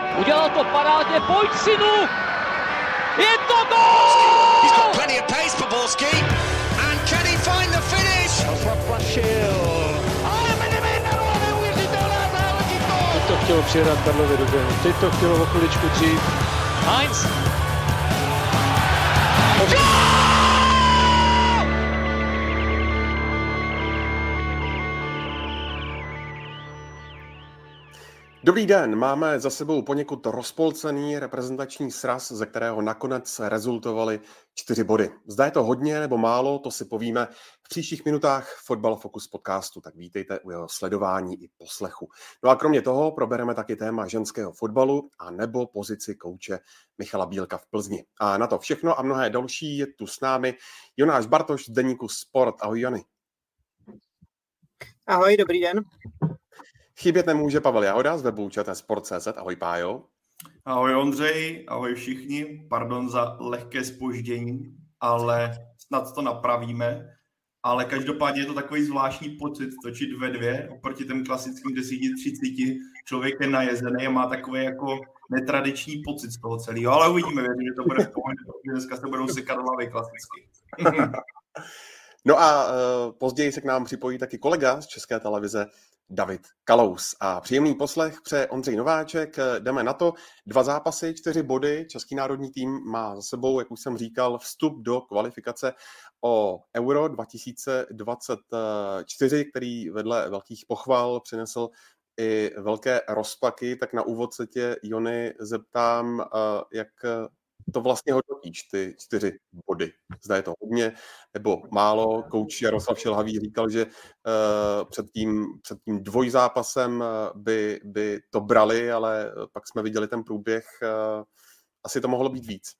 Udělal to parádně, pojď synu! Je to gól! He's got plenty of pace for Borski. And can he find the finish? Ale Medvedev, neuvěřitelná záležitost! Teď to chtělo přihrát Karlovi do běhu, teď to chtělo o chviličku dřív. Heinz! Dobrý den, máme za sebou poněkud rozpolcený reprezentační sraz, ze kterého nakonec rezultovaly 4 body. Zda je to hodně nebo málo, to si povíme v příštích minutách Fotbal Focus podcastu, tak vítejte u jeho sledování i poslechu. No a kromě toho probereme taky téma ženského fotbalu a nebo pozici kouče Michala Bílka v Plzni. A na to všechno a mnohé další je tu s námi Jonáš Bartoš z deníku Sport. Ahoj Jany. Ahoj, dobrý den. Chybět nemůže Pavel Jahoda z webu ČT-sport.cz. Ahoj Pájo. Ahoj Ondřej, ahoj všichni. Pardon za lehké zpoždění, ale snad to napravíme. Ale každopádně je to takový zvláštní pocit točit ve 2 oproti těm klasickým 10:30. Člověk je najezený a má takový jako netradiční pocit z toho celého. Ale uvidíme, věřím, že to bude v pohodě, protože dneska se budou sekat hlavy klasicky. No a později se k nám připojí taky kolega z České televize David Kalous. A příjemný poslech přeje Ondřej Nováček. Jdeme na to. 2 zápasy, 4 body. Český národní tým má za sebou, jak už jsem říkal, vstup do kvalifikace o Euro 2024, který vedle velkých pochval přinesl i velké rozpaky. Tak na úvod se tě, Jony, zeptám, jak to vlastně hodnotíš, ty 4 body. Zda je to hodně nebo málo. Kouč Jaroslav Šilhavý říkal, že před tím dvojzápasem by to brali, ale pak jsme viděli ten průběh. Asi to mohlo být víc.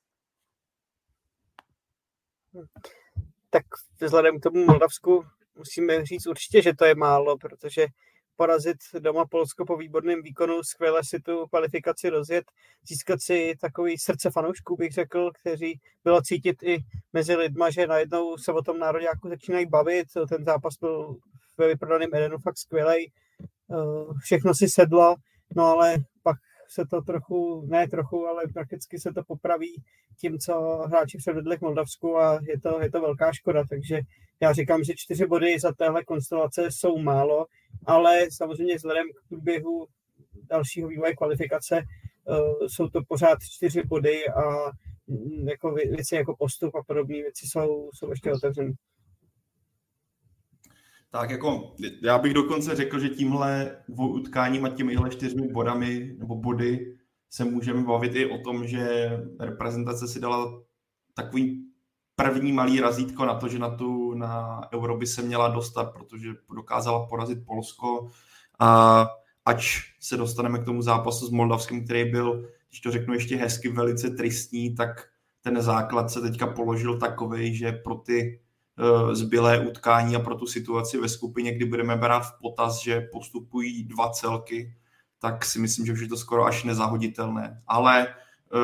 Tak vzhledem k tomu Moldavsku musíme říct určitě, že to je málo, protože porazit doma Polsko po výborném výkonu, skvěle si tu kvalifikaci rozjet, získat si takový srdce fanoušků, bych řekl, kteří bylo cítit i mezi lidma, že najednou se o tom nároďáku začínají bavit. Ten zápas byl ve vyprodaném Edenu fakt skvělej, všechno si sedlo, no ale pak se to ale prakticky se to popraví tím, co hráči předvedli k Moldavsku a je to velká škoda, takže já říkám, že 4 body za téhle konstelace jsou málo, ale samozřejmě vzhledem k průběhu dalšího vývoje kvalifikace jsou to pořád 4 body a jako věci jako postup a podobné věci jsou ještě otevřené. Tak jako já bych dokonce řekl, že tímhle 2 utkáním a těmihle 4 bodami nebo body se můžeme bavit i o tom, že reprezentace si dala takový první malý razítko na to, že na Euro by se měla dostat, protože dokázala porazit Polsko a ač se dostaneme k tomu zápasu s Moldavskem, který byl, když to řeknu ještě hezky, velice tristní, tak ten základ se teďka položil takovej, že pro ty zbylé utkání a pro tu situaci ve skupině, kdy budeme brát v potaz, že postupují 2 celky, tak si myslím, že už je to skoro až nezahoditelné. Ale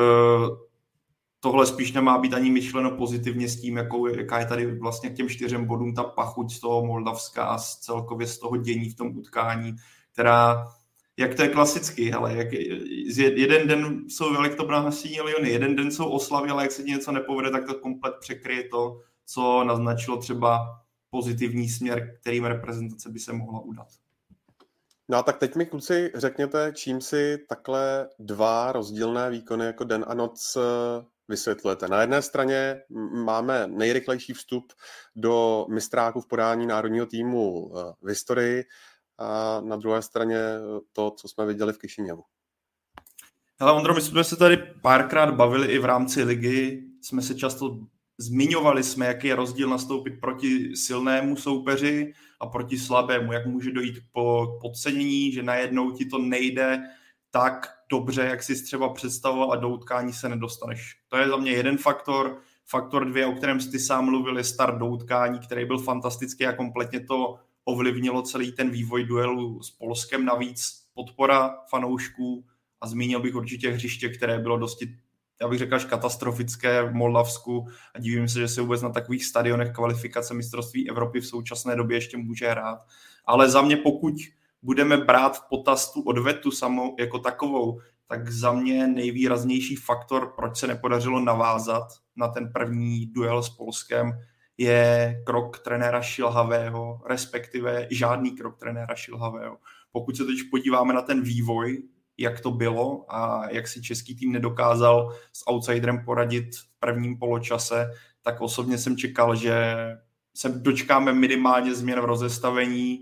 tohle spíš nemá být ani myšleno pozitivně s tím, jaká je tady vlastně k těm 4 bodům ta pachuť z toho Moldavska a celkově z toho dění v tom utkání, která, jak to je klasicky, ale jeden den jsou elektrobranhasí miliony, jeden den jsou oslavy, ale jak se ti něco nepovede, tak to komplet překryje to, co naznačilo třeba pozitivní směr, kterým reprezentace by se mohla udat. No a tak teď mi, kluci, řekněte, čím si takhle 2 rozdílné výkony jako den a noc vysvětlujete. Na jedné straně máme nejrychlejší vstup do mistráků v podání národního týmu v historii a na druhé straně to, co jsme viděli v Kišiněvu. Hele Ondro, my jsme se tady párkrát bavili i v rámci ligy, jsme se často zmiňovali jsme, jaký je rozdíl nastoupit proti silnému soupeři a proti slabému, jak může dojít po podcenění, že najednou ti to nejde tak dobře, jak jsi třeba představoval a do utkání se nedostaneš. To je za mě jeden faktor. Faktor 2, o kterém jsi sám mluvil, je start do utkání, který byl fantastický a kompletně to ovlivnilo celý ten vývoj duelu s Polskem. Navíc podpora fanoušků a zmínil bych určitě hřiště, které bylo dosti, já bych řekl, až katastrofické v Moldavsku a divím se, že se vůbec na takových stadionech kvalifikace mistrovství Evropy v současné době ještě může hrát. Ale za mě, pokud budeme brát v potaz tu odvetu samou jako takovou, tak za mě nejvýraznější faktor, proč se nepodařilo navázat na ten první duel s Polskem, je krok trenéra Šilhavého, respektive žádný krok trenéra Šilhavého. Pokud se teď podíváme na ten vývoj, jak to bylo a jak si český tým nedokázal s outsiderem poradit v prvním poločase, tak osobně jsem čekal, že se dočkáme minimálně změn v rozestavení.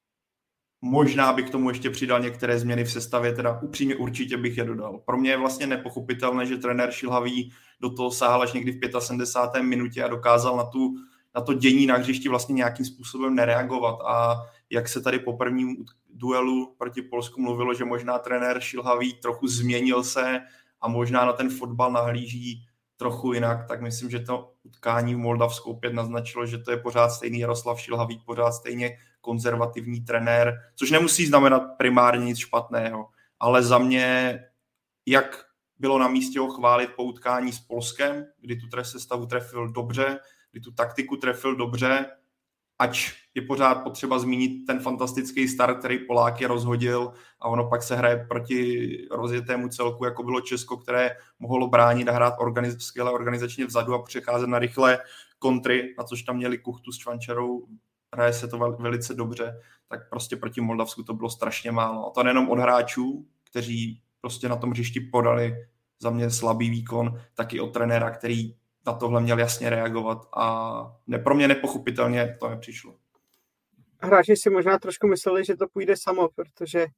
Možná bych k tomu ještě přidal některé změny v sestavě, teda upřímně určitě bych je dodal. Pro mě je vlastně nepochopitelné, že trenér Šilhavý do toho sáhl až někdy v 75. minutě a dokázal na to dění na hřišti vlastně nějakým způsobem nereagovat. A jak se tady po prvním duelu proti Polsku mluvilo, že možná trenér Šilhavý trochu změnil se a možná na ten fotbal nahlíží trochu jinak, tak myslím, že to utkání v Moldavsku opět naznačilo, že to je pořád stejný Jaroslav Šilhavý, pořád stejně konzervativní trenér, což nemusí znamenat primárně nic špatného, ale za mě, jak bylo na místě ho chválit po utkání s Polskem, kdy tu sestavu trefil dobře, kdy tu taktiku trefil dobře, ač je pořád potřeba zmínit ten fantastický start, který Poláky rozhodil a ono pak se hraje proti rozjetému celku, jako bylo Česko, které mohlo bránit a hrát skvěle organizačně vzadu a přecházet na rychlé kontry, na což tam měli Kuchtu s Čvančarou, hraje se to velice dobře, tak prostě proti Moldavsku to bylo strašně málo. A to nejenom od hráčů, kteří prostě na tom hřišti podali za mě slabý výkon, tak i od trenéra, který na tohle měl jasně reagovat a pro mě nepochopitelně to nepřišlo. Hráči si možná trošku mysleli, že to půjde samo, protože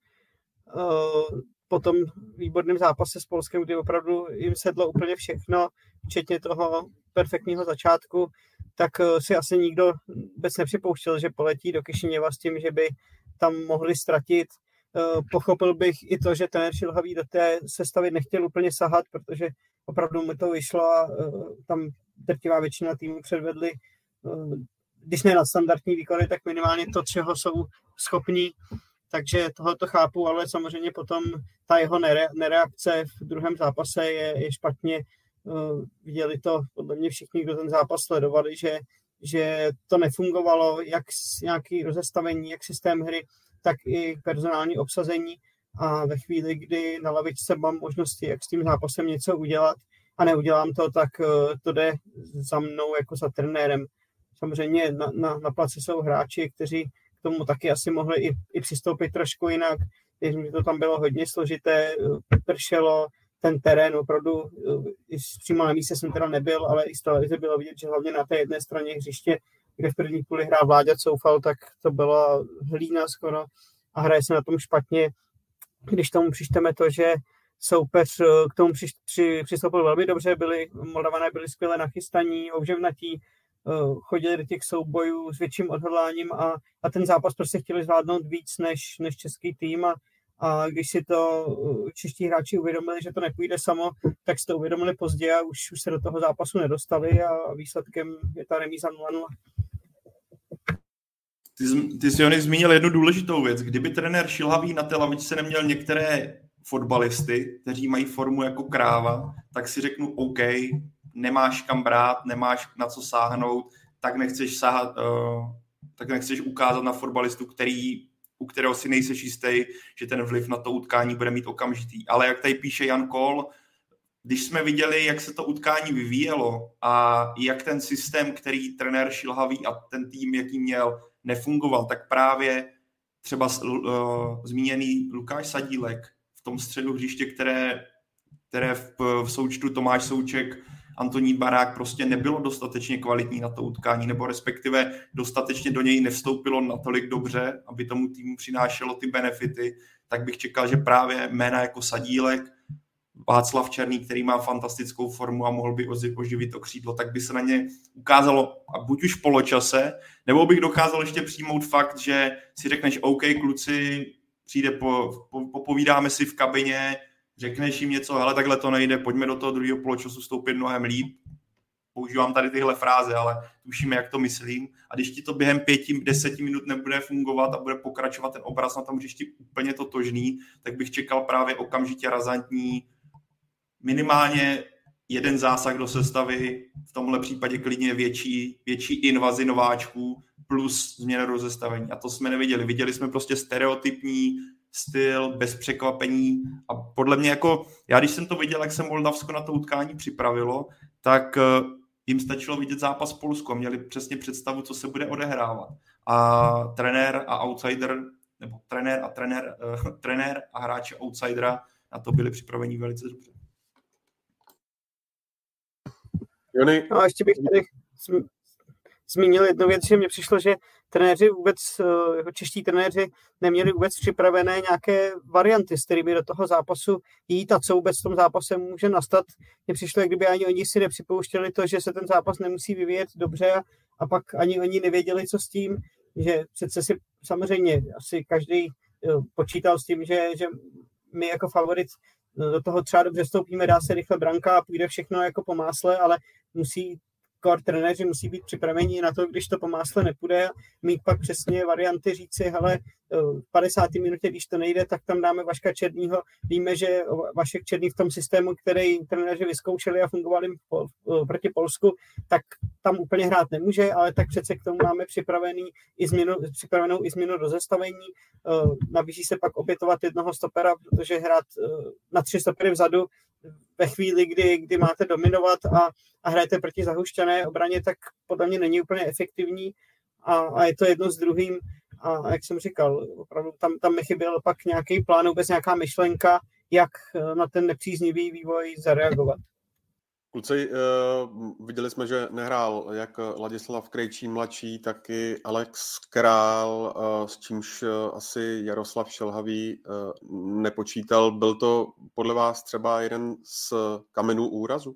po tom výborném zápase s Polskem, kdy opravdu jim sedlo úplně všechno, včetně toho perfektního začátku, tak si asi nikdo vůbec nepřipouštěl, že poletí do Kišiněva s tím, že by tam mohli ztratit. Pochopil bych i to, že trenér Šilhavý do té sestavy nechtěl úplně sahat, protože opravdu mu to vyšlo a tam drtivá většina týmů předvedli, když ne nadstandardní výkony, tak minimálně to, čeho jsou schopní. Takže tohle to chápu, ale samozřejmě potom ta jeho nereakce v druhém zápase je špatně. Viděli to podle mě všichni, kdo ten zápas sledovali, že to nefungovalo, jak nějaký rozestavení, jak systém hry, tak i personální obsazení. A ve chvíli, kdy na lavičce mám možnosti, jak s tím zápasem něco udělat a neudělám to, tak to jde za mnou jako za trenérem. Samozřejmě na place jsou hráči, kteří k tomu taky asi mohli i přistoupit trošku jinak. Věřím, že to tam bylo hodně složité, pršelo, ten terén opravdu, přímo na místě jsem teda nebyl, ale i z televize bylo vidět, že hlavně na té jedné straně hřiště, kde v první půli hrál Vláďa Coufal, tak to byla hlína skoro a hraje se na tom špatně. Když tomu přičteme to, že soupeř k tomu přistoupil velmi dobře, Moldavané byli skvěle nachystaní, houževnatí, chodili do těch soubojů s větším odhodláním a ten zápas prostě chtěli zvládnout víc než český tým a když si to čeští hráči uvědomili, že to nepůjde samo, tak si to uvědomili pozdě a už se do toho zápasu nedostali a výsledkem je ta remíza 0-0. Ty jsi, Jony, zmínil jednu důležitou věc. Kdyby trenér Šilhavý na té lavičce neměl některé fotbalisty, kteří mají formu jako kráva, tak si řeknu OK, nemáš kam brát, nemáš na co sáhnout, tak nechceš ukázat na fotbalistu, u kterého si nejseš jistý, že ten vliv na to utkání bude mít okamžitý. Ale jak tady píše Jan Kohl, když jsme viděli, jak se to utkání vyvíjelo a jak ten systém, který trenér Šilhavý a ten tým, jaký měl, nefungoval, tak právě třeba zmíněný Lukáš Sadílek v tom středu hřiště, které v součtu Tomáš Souček, Antonín Barák prostě nebylo dostatečně kvalitní na to utkání, nebo respektive dostatečně do něj nevstoupilo natolik dobře, aby tomu týmu přinášelo ty benefity, tak bych čekal, že právě jména jako Sadílek, Václav Černý, který má fantastickou formu a mohl by oživit to křídlo, tak by se na ně ukázalo a buď už v poločase, nebo bych dokázal ještě přijmout fakt, že si řekneš OK, kluci, přijde popovídáme si v kabině, řekneš jim něco, hele, takhle to nejde, pojďme do toho druhého poločasu vstoupit mnohem líp. Používám tady tyhle fráze, ale tušíme, jak to myslím. A když ti to během 5-10 minut nebude fungovat a bude pokračovat ten obraz na tom hřišti úplně totožný, tak bych čekal právě okamžitě razantní, minimálně jeden zásah do sestavy, v tomhle případě klidně větší invazi nováčků plus změna rozestavení. A to jsme neviděli. Viděli jsme prostě stereotypní styl, bez překvapení a podle mě jako, já když jsem to viděl, jak se Moldavsko na to utkání připravilo, tak jim stačilo vidět zápas Polsku a měli přesně představu, co se bude odehrávat. A trenér a outsider, nebo trenér a hráči outsidera na to byli připraveni velice dobře. Jony? No a ještě bych tady zmínil jednu věc, že mně přišlo, že trenéři vůbec, čeští trenéři neměli vůbec připravené nějaké varianty, s kterými do toho zápasu jít a co vůbec v tom zápase může nastat. Mně přišlo, jak kdyby ani oni si nepřipouštěli to, že se ten zápas nemusí vyvíjet dobře a pak ani oni nevěděli, co s tím, že přece si samozřejmě asi každý počítal s tím, že my jako favorit do toho třeba dobře vstoupíme, dá se rychle branka a půjde všechno jako po másle, ale trenéři musí být připraveni na to, když to po másle nepůjde, mít pak přesně varianty, říci, hele, v 50. minutě, když to nejde, tak tam dáme Vaška Černýho. Víme, že Vašek Černý v tom systému, který trenéři vyzkoušeli a fungovali proti Polsku, tak tam úplně hrát nemůže, ale tak přece k tomu máme připravenou i změnu do zastavení. Nabízí se pak opětovat jednoho stopera, protože hrát na 3 stopery vzadu ve chvíli, kdy máte dominovat a hrajete proti zahuštěné obraně, tak podle mě není úplně efektivní a je to jedno s druhým. A jak jsem říkal, opravdu tam mi chyběl pak nějaký plán, vůbec nějaká myšlenka, jak na ten nepříznivý vývoj zareagovat. Kluci, viděli jsme, že nehrál jak Ladislav Krejčí mladší, tak i Alex Král, s čímž asi Jaroslav Šelhavý nepočítal. Byl to podle vás třeba jeden z kamenů úrazu?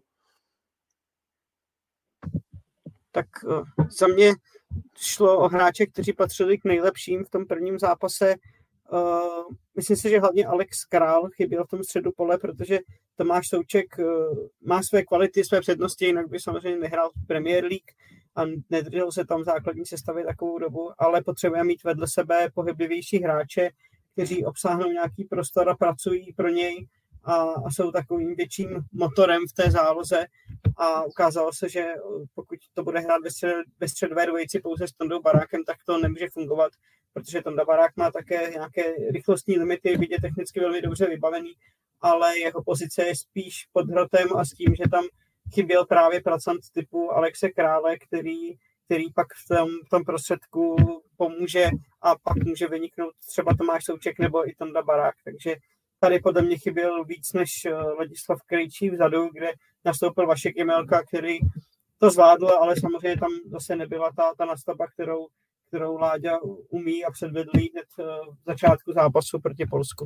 Tak za mě šlo o hráče, kteří patřili k nejlepším v tom prvním zápase. Myslím si, že hlavně Alex Král chyběl v tom středu pole, protože Tomáš Souček má své kvality, své přednosti, jinak by samozřejmě nehrál v Premier League a nedržel se tam základní sestavy takovou dobu, ale potřebuje mít vedle sebe pohyblivější hráče, kteří obsáhnou nějaký prostor a pracují pro něj a jsou takovým větším motorem v té záloze a ukázalo se, že pokud to bude hrát ve středové dvojici pouze s Tondou Barákem, tak to nemůže fungovat, protože Tonda Barák má také nějaké rychlostní limity, byť je technicky velmi dobře vybavený, ale jeho pozice je spíš pod hrotem a s tím, že tam chyběl právě pracant typu Alexe Krále, který pak v tom prostředku pomůže a pak může vyniknout třeba Tomáš Souček nebo i Tonda Barák, takže tady podle mě chyběl víc než Ladislav Krejčí vzadu, kde nastoupil Vašek Jemelka, který to zvládl, ale samozřejmě tam zase nebyla ta nastavba, kterou Láďa umí a předvedl hned v začátku zápasu proti Polsku.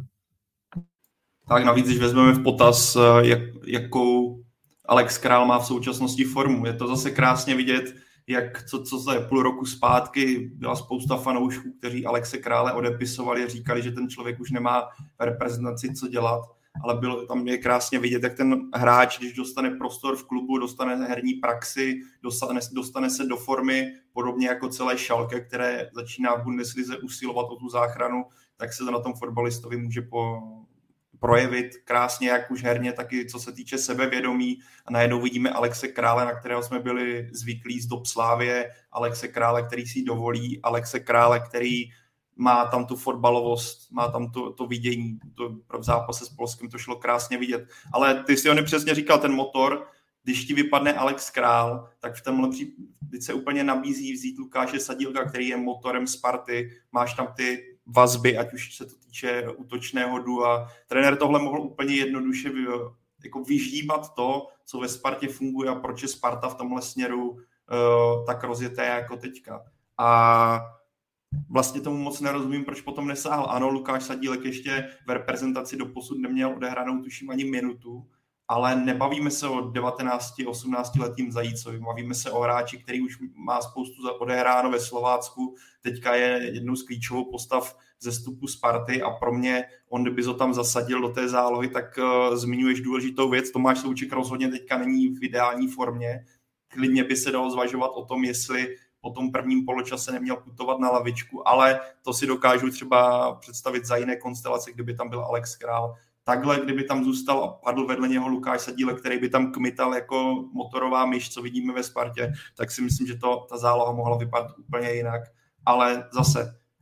Tak navíc, když vezmeme v potaz, jakou Alex Král má v současnosti formu, je to zase krásně vidět, jak co za půl roku zpátky byla spousta fanoušků, kteří Alexe Krále odepisovali a říkali, že ten člověk už nemá v reprezentaci co dělat, ale tam je krásně vidět, jak ten hráč, když dostane prostor v klubu, dostane herní praxi, dostane se do formy, podobně jako celé Schalke, které začíná v Bundeslize usilovat o tu záchranu, tak se to na tom fotbalistovi může projevit krásně, jak už herně, tak i co se týče sebevědomí. A najednou vidíme Alexe Krále, na kterého jsme byli zvyklí z dob Slávie, Alexe Krále, který si dovolí, Alexe Krále, který má tam tu fotbalovost, má tam to vidění. V zápase s Polskem to šlo krásně vidět. Ale ty si přesně říkal, ten motor, když ti vypadne Alex Král, tak v tomhle případě se úplně nabízí vzít Lukáše Sadílka, který je motorem Sparty, máš tam ty vazby, ať už se to týče útočného dua. Trenér tohle mohl úplně jednoduše jako vyždímat to, co ve Spartě funguje a proč je Sparta v tomhle směru tak rozjeté jako teďka. A vlastně tomu moc nerozumím, proč potom nesáhl. Ano, Lukáš Sadílek ještě v reprezentaci doposud neměl odehranou tuším ani minutu, ale nebavíme se o 19-18 letým Zajícovi, bavíme se o hráči, který už má spoustu odehráno ve Slovácku, teďka je jednou z klíčovou postav vzestupu Sparty a pro mě, on kdyby to tam zasadil do té zálohy, tak zmiňuješ důležitou věc, Tomáš Souček rozhodně teďka není v ideální formě, klidně by se dalo zvažovat o tom, jestli po tom prvním poločase neměl putovat na lavičku, ale to si dokážu třeba představit za jiné konstelace, kdyby tam byl Alex Král. Takhle, kdyby tam zůstal a padl vedle něho Lukáš Sadílek, který by tam kmital jako motorová myš, co vidíme ve Spartě, tak si myslím, že ta záloha mohla vypadat úplně jinak. Ale zase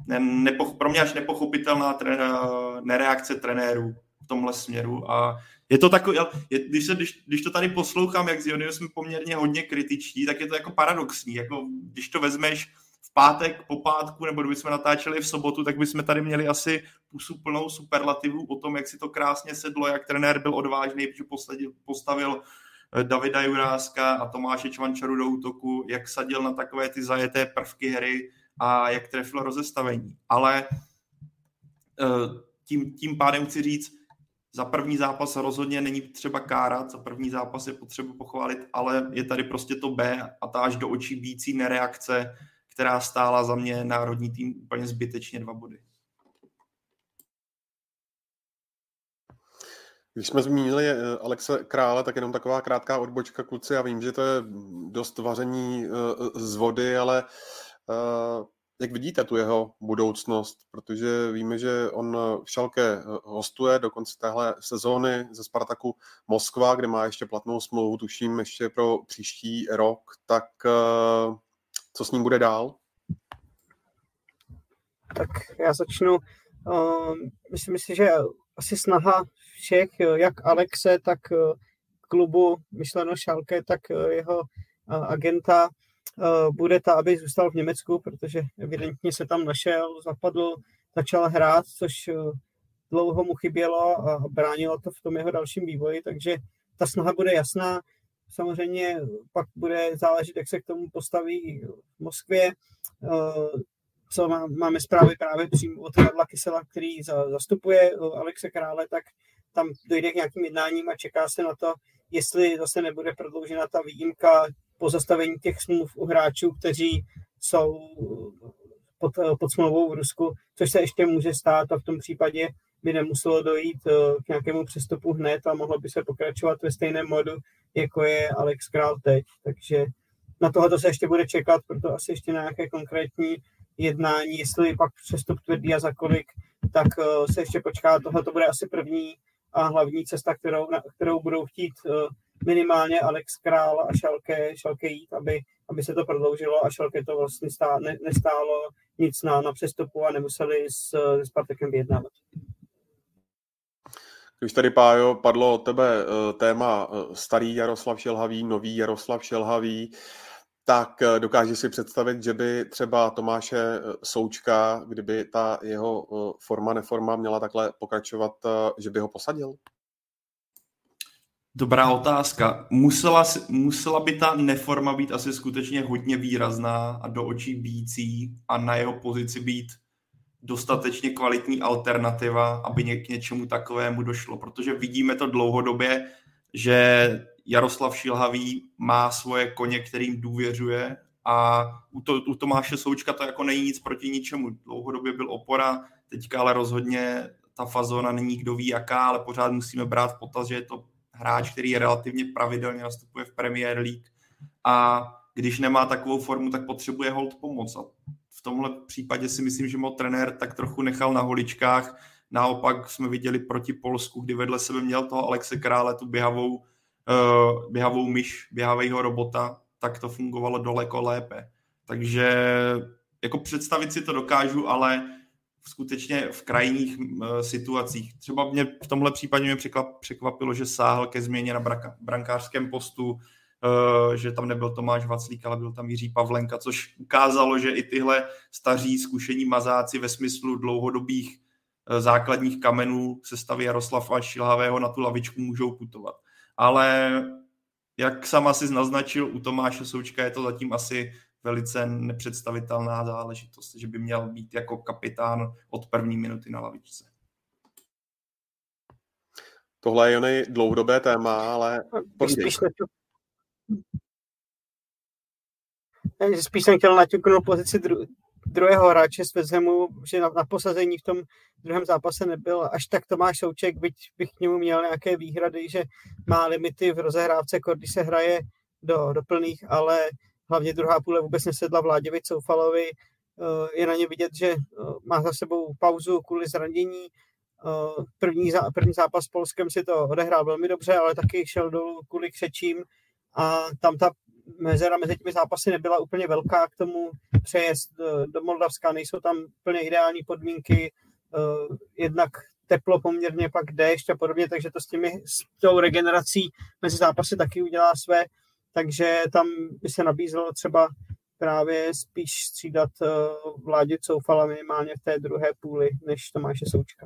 pro mě až nepochopitelná nereakce trenérů v tomhle směru. A je to takový, když to tady poslouchám, jak z Joniho jsme poměrně hodně kritičtí, tak je to jako paradoxní. Jako, když to vezmeš v pátek, po pátku, nebo kdyby jsme natáčeli v sobotu, tak bychom tady měli asi pusu plnou superlativů o tom, jak si to krásně sedlo, jak trenér byl odvážný, protože postavil Davida Juráska a Tomáše Čvančaru do útoku, jak sadil na takové ty zajeté prvky hry a jak trefil rozestavení. Ale tím pádem chci říct, za první zápas rozhodně není třeba kárat, za první zápas je potřeba pochválit, ale je tady prostě to B a ta až do očí bící nereakce, která stála za mě národní tým úplně zbytečně 2 body. Když jsme zmínili Alexe Krále, tak jenom taková krátká odbočka, kluci. Já vím, že to je dost vaření z vody, ale jak vidíte tu jeho budoucnost? Protože víme, že on v Schalke hostuje do konce téhle sezóny ze Spartaku Moskva, kde má ještě platnou smlouvu, tuším, ještě pro příští rok. Tak co s ním bude dál? Tak já začnu. Myslím si, že asi snaha všech, jak Alexe, tak klubu, myšleno Schalke, tak jeho agenta, bude ta, aby zůstal v Německu, protože evidentně se tam našel, zapadl, začal hrát, což dlouho mu chybělo a bránilo to v tom jeho dalším vývoji, takže ta snaha bude jasná. Samozřejmě pak bude záležet, jak se k tomu postaví v Moskvě, co máme zprávy právě přímo od Karla Kysela, který zastupuje Alexe Krále, tak tam dojde k nějakým jednáním a čeká se na to, jestli zase nebude prodloužena ta výjimka po zastavení těch smluv u hráčů, kteří jsou pod smlouvou v Rusku, což se ještě může stát a v tom případě by nemuselo dojít k nějakému přestupu hned a mohlo by se pokračovat ve stejném modu, jako je Alex Král teď. Takže na tohle se ještě bude čekat, proto asi ještě na nějaké konkrétní jednání, jestli pak přestup tvrdý a za kolik, tak se ještě počká. Tohle to bude asi první a hlavní cesta, kterou budou chtít minimálně Alex Král a Schalke jít, aby se to prodloužilo a Schalke to vlastně nestálo nic na přestupu a nemuseli s Spartakem vyjednávat. Když tady, Pájo, padlo od tebe téma starý Jaroslav Šilhavý, nový Jaroslav Šilhavý, tak dokážeš si představit, že by třeba Tomáše Součka, kdyby ta jeho neforma měla takhle pokračovat, že by ho posadil? Dobrá otázka. Musela by ta neforma být asi skutečně hodně výrazná a do očí bíjící a na jeho pozici být dostatečně kvalitní alternativa, aby k něčemu takovému došlo. Protože vidíme to dlouhodobě, že Jaroslav Šilhavý má svoje koně, kterým důvěřuje a u Tomáše Součka to jako není nic proti ničemu. Dlouhodobě byl opora, teďka ale rozhodně ta fazona není kdo ví jaká, ale pořád musíme brát v potaz, že je to hráč, který relativně pravidelně nastupuje v Premier League a když nemá takovou formu, tak potřebuje holt pomoc. A v tomhle případě si myslím, že mu trenér tak trochu nechal na holičkách. Naopak jsme viděli proti Polsku, kdy vedle sebe měl toho Alexe Krále, tu běhavou myš, běhavého robota, tak to fungovalo daleko lépe. Takže jako představit si to dokážu, ale skutečně v krajních situacích. Třeba mě v tomhle případě mě překvapilo, že sáhl ke změně na brankářském postu, že tam nebyl Tomáš Vaclík, ale byl tam Jiří Pavlenka, což ukázalo, že i tyhle staří zkušení mazáci ve smyslu dlouhodobých základních kamenů sestavy Jaroslava Šilhavého na tu lavičku můžou putovat. Ale jak sám asi naznačil, u Tomáše Součka je to zatím asi velice nepředstavitelná záležitost, že by měl být jako kapitán od první minuty na lavičce. Tohle je jen dlouhodobé téma, ale... Spíš jsem chtěl naťuknout pozici druhého hráče z West Hamu, že na posazení v tom druhém zápase nebyl až tak Tomáš Souček, byť bych k němu měl nějaké výhrady, že má limity v rozehrávce, když se hraje do plných, ale hlavně druhá půle vůbec nesedla Vláďovi Coufalovi. Je na ně vidět, že má za sebou pauzu kvůli zranění. První zápas s Polskem si to odehrál velmi dobře, ale taky šel dolů kvůli křečím a tam ta mezera mezi těmi zápasy nebyla úplně velká k tomu přejezd do Moldavska, nejsou tam úplně ideální podmínky, jednak teplo poměrně, pak déšť a podobně, takže to s tou regenerací mezi zápasy taky udělá své, takže tam by se nabízelo třeba právě spíš střídat Vláďu Coufala minimálně v té druhé půli, než Tomáše Součka.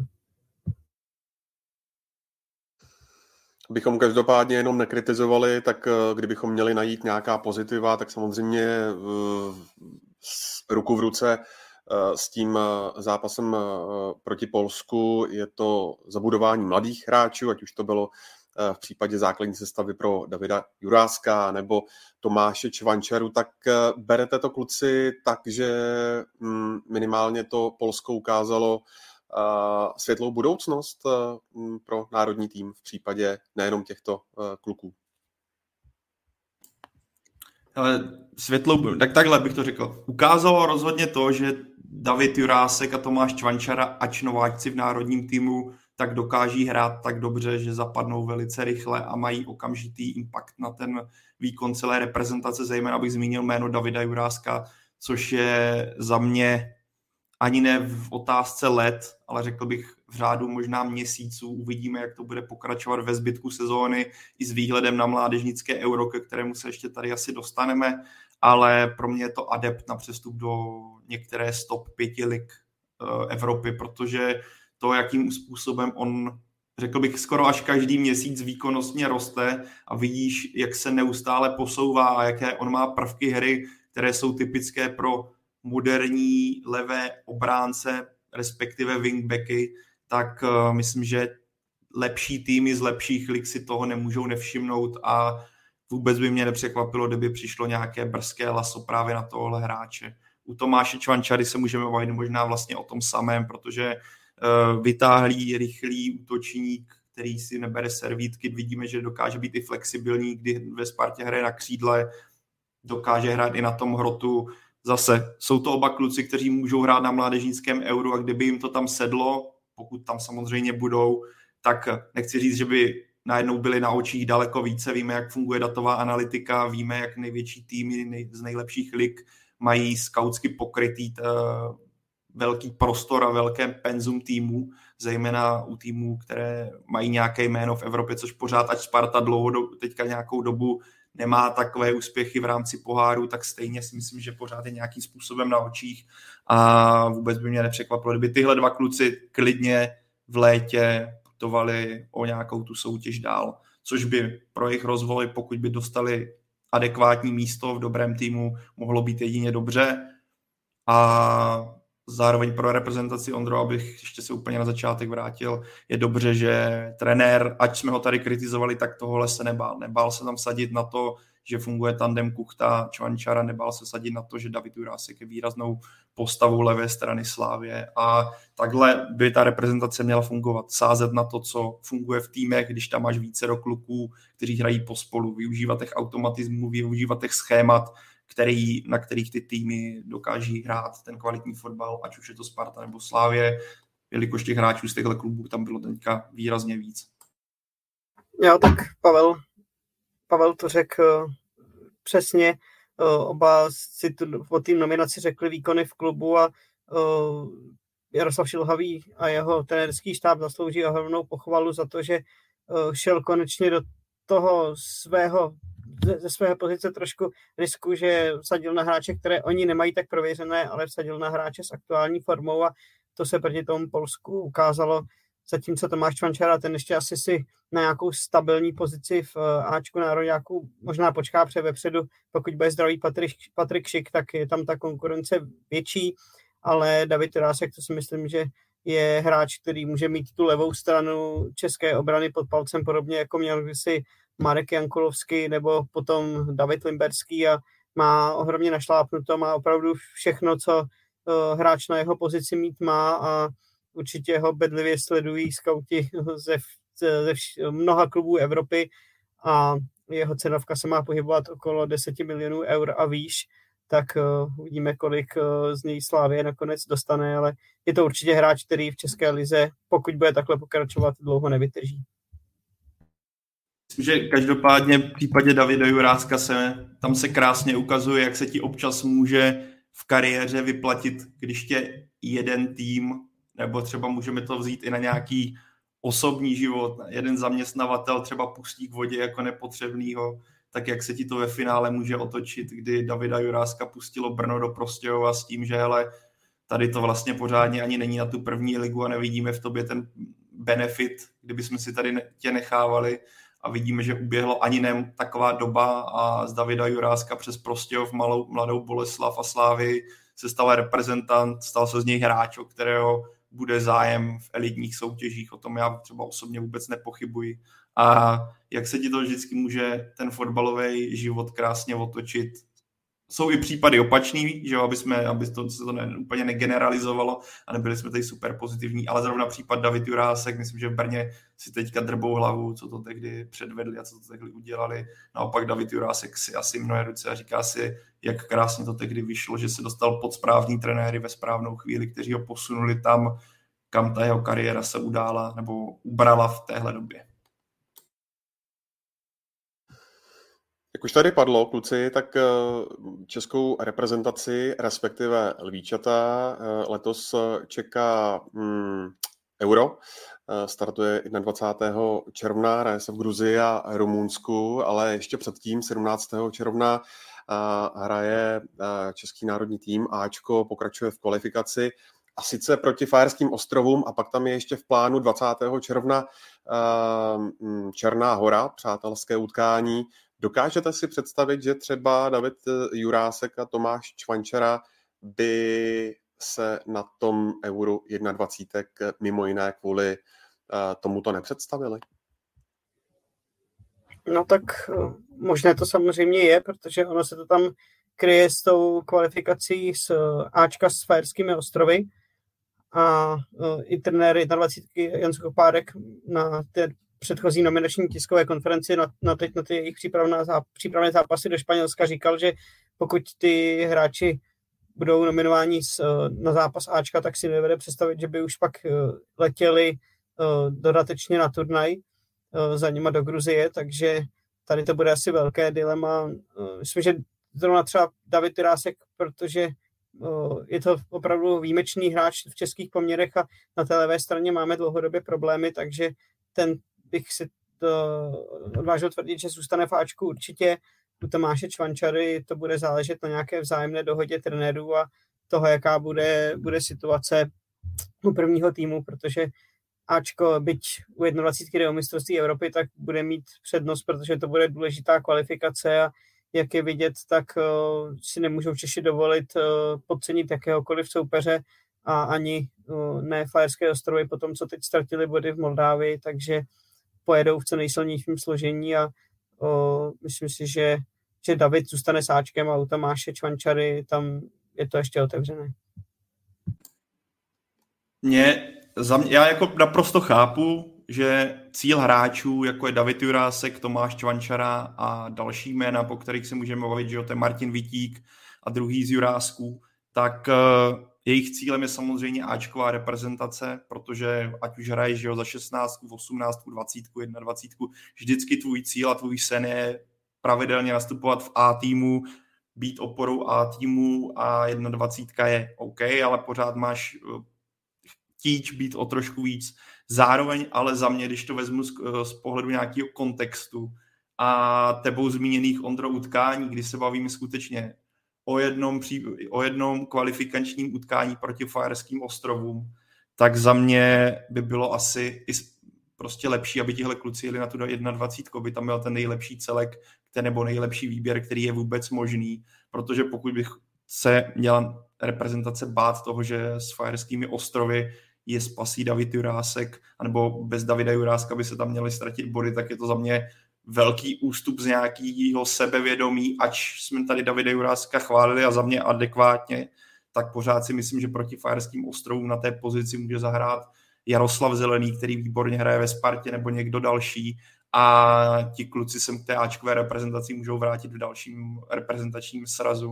Bychom každopádně jenom nekritizovali, tak kdybychom měli najít nějaká pozitiva, tak samozřejmě ruku v ruce s tím zápasem proti Polsku je to zabudování mladých hráčů, ať už to bylo v případě základní sestavy pro Davida Juráska nebo Tomáše Čvančaru, tak berete to, kluci, tak, že minimálně to Polsko ukázalo světlou budoucnost pro národní tým v případě nejenom těchto kluků? Ale tak takhle bych to řekl. Ukázalo rozhodně to, že David Jurásek a Tomáš Čvančara, ač nováčci v národním týmu, tak dokáží hrát tak dobře, že zapadnou velice rychle a mají okamžitý impact na ten výkon celé reprezentace. Zejména bych zmínil jméno Davida Juráska, což je za mě ani ne v otázce let, ale řekl bych v řádu možná měsíců. Uvidíme, jak to bude pokračovat ve zbytku sezóny i s výhledem na mládežnické Euro, ke kterému se ještě tady asi dostaneme, ale pro mě je to adept na přestup do některé z top 5 lig Evropy, protože to, jakým způsobem on, řekl bych, skoro až každý měsíc výkonnostně roste a vidíš, jak se neustále posouvá a jaké on má prvky hry, které jsou typické pro moderní levé obránce, respektive wingbacky, tak myslím, že lepší týmy z lepších lig si toho nemůžou nevšimnout a vůbec by mě nepřekvapilo, kdyby přišlo nějaké brzké laso právě na tohle hráče. U Tomáše Čvančary se můžeme bavit možná vlastně o tom samém, protože vytáhlý, rychlý útočník, který si nebere servítky, vidíme, že dokáže být i flexibilní, kdy ve Spartě hraje na křídle, dokáže hrát i na tom hrotu. Zase jsou to oba kluci, kteří můžou hrát na mládežnickém Euru a kdyby jim to tam sedlo, pokud tam samozřejmě budou, tak nechci říct, že by najednou byli na očích daleko více. Víme, jak funguje datová analytika, víme, jak největší týmy z nejlepších lig mají skautsky pokrytý velký prostor a velké penzum týmů, zejména u týmů, které mají nějaké jméno v Evropě, což pořád, ať Sparta teďka nějakou dobu nemá takové úspěchy v rámci poháru, tak stejně si myslím, že pořád je nějakým způsobem na očích a vůbec by mě nepřekvapilo, kdyby tyhle dva kluci klidně v létě putovali o nějakou tu soutěž dál, což by pro jejich rozvoj, pokud by dostali adekvátní místo v dobrém týmu, mohlo být jedině dobře a zároveň pro reprezentaci, Ondro, abych ještě se úplně na začátek vrátil, je dobře, že trenér, ať jsme ho tady kritizovali, tak tohle se nebál. Nebál se tam sadit na to, že funguje tandem Kuchta, Čvančara, nebál se sadit na to, že David Jurásek je výraznou postavou levé strany Slávie a takhle by ta reprezentace měla fungovat. Sázet na to, co funguje v týmech, když tam máš vícero kluků, kteří hrají pospolu, využívat těch automatismů, využívat těch schémat, na kterých ty týmy dokáží hrát ten kvalitní fotbal, ať už je to Sparta nebo Slávie, jelikož těch hráčů z těchto klubů tam bylo teďka výrazně víc. Jo, tak Pavel to řekl přesně. Oba si o té nominaci řekli výkony v klubu a Jaroslav Šilhavý a jeho trenérský štáb zaslouží ohromnou pochvalu za to, že šel konečně do toho ze své pozice trošku risku, že vsadil na hráče, které oni nemají tak prověřené, ale vsadil na hráče s aktuální formou a to se proti tomu Polsku ukázalo. Zatímco Tomáš Čvančara, ten ještě asi si na nějakou stabilní pozici v Ačku národňáků možná počká vepředu, pokud bude zdravý Patrik Šik, tak je tam ta konkurence větší, ale David Jurásek, to si myslím, že je hráč, který může mít tu levou stranu české obrany pod palcem, podobně jako měl kdysi Marek Jankulovský nebo potom David Limberský a má ohromně našlápnuto, má opravdu všechno, co hráč na jeho pozici mít má a určitě ho bedlivě sledují skauti ze mnoha klubů Evropy a jeho cenovka se má pohybovat okolo 10 milionů eur a výš, tak uvidíme, kolik z něj Slávie nakonec dostane, ale je to určitě hráč, který v české lize, pokud bude takhle pokračovat, dlouho nevydrží. Že každopádně v případě Davida Juráska tam se krásně ukazuje, jak se ti občas může v kariéře vyplatit, když tě jeden tým, nebo třeba můžeme to vzít i na nějaký osobní život, jeden zaměstnavatel třeba pustí k vodě jako nepotřebnýho, tak jak se ti to ve finále může otočit, kdy Davida Juráska pustilo Brno do Prostějova s tím, že hele, tady to vlastně pořádně ani není na tu první ligu a nevidíme v tobě ten benefit, kdybychom si tady tě nechávali, a vidíme, že uběhlo ani ne taková doba a z Davida Juráska přes Prostějov, Mladou Boleslav a Slávy se stal reprezentant, stal se z něj hráč, o kterého bude zájem v elitních soutěžích. O tom já třeba osobně vůbec nepochybuji. A jak se ti to vždycky může ten fotbalový život krásně otočit. Jsou i případy opačný, že aby to se to úplně negeneralizovalo a nebyli jsme tady super pozitivní, ale zrovna případ David Jurásek, myslím, že v Brně si teďka drbou hlavu, co to tehdy předvedli a co to tehdy udělali. Naopak David Jurásek si asi mnohé ruce a říká si, jak krásně to tehdy vyšlo, že se dostal pod správný trenéry ve správnou chvíli, kteří ho posunuli tam, kam ta jeho kariéra se udála nebo ubrala v téhle době. Jak už tady padlo, kluci, tak českou reprezentaci, respektive Lvíčata, letos čeká Euro. Startuje 21. června, hraje se v Gruzii a Rumunsku, ale ještě předtím 17. června hraje český národní tým Ačko, pokračuje v kvalifikaci a sice proti Fajerským ostrovům a pak tam je ještě v plánu 20. června Černá Hora, přátelské utkání. Dokážete si představit, že třeba David Jurásek a Tomáš Čvančara by se na tom Euru 21 mimo jiné kvůli tomuto nepředstavili? No tak možné to samozřejmě je, protože ono se to tam kryje s tou kvalifikací z Ačka s Fajerskými ostrovy a i trenér 21 Jan Suchopárek na té předchozí nominační tiskové konferenci na ty jejich přípravné zápasy do Španělska říkal, že pokud ty hráči budou nominováni na zápas Ačka, tak si nevede představit, že by už pak letěli dodatečně na turnaj za nima do Gruzie, takže tady to bude asi velké dilema. Myslím, že zrovna třeba David Jurásek, protože je to opravdu výjimečný hráč v českých poměrech a na té levé straně máme dlouhodobě problémy, takže ten bych si odvážil tvrdit, že zůstane v Ačku určitě. U Tomáše Čvančary to bude záležet na nějaké vzájemné dohodě trenérů a toho, jaká bude situace u prvního týmu, protože Ačko, byť u 21. mistrovství Evropy, tak bude mít přednost, protože to bude důležitá kvalifikace a jak je vidět, tak si nemůžou Češi dovolit podcenit jakéhokoliv soupeře a ani ne Fajerské ostrovy po tom, co teď ztratili body v Moldávii, takže pojedou v co nejsilnějším složení a myslím si, že David zůstane s Ačkem a u Tomáše Čvančary tam je to ještě otevřené. Já jako naprosto chápu, že cíl hráčů, jako je David Jurásek, Tomáš Čvančara a další jména, po kterých se můžeme bavit, že jo, to je Martin Vitík a druhý z Jurásků, tak jejich cílem je samozřejmě Ačková reprezentace, protože ať už hraješ, že jo, za 16, 18, 20, 21, vždycky tvůj cíl a tvůj sen je pravidelně nastupovat v A týmu, být oporou A týmu a 21 je OK, ale pořád máš chtíč být o trošku víc. Zároveň ale za mě, když to vezmu z pohledu nějakého kontextu a tebou zmíněných, Ondro, utkání, kdy se bavíme skutečně o jednom kvalifikačním utkání proti Fajerským ostrovům, tak za mě by bylo asi prostě lepší, aby tihle kluci jeli na tu 21, by tam byl ten nejlepší celek, nebo nejlepší výběr, který je vůbec možný, protože pokud bych se měla reprezentace bát toho, že s Fajerskými ostrovy je spasí David Jurásek, anebo bez Davida Juráska by se tam měli ztratit body, tak je to za mě velký ústup z nějakého sebevědomí, ač jsme tady Davida Juráska chválili a za mě adekvátně, tak pořád si myslím, že proti Fajerským ostrovům na té pozici může zahrát Jaroslav Zelený, který výborně hraje ve Spartě, nebo někdo další, a ti kluci sem k té Ačkové reprezentaci můžou vrátit v dalším reprezentačním srazu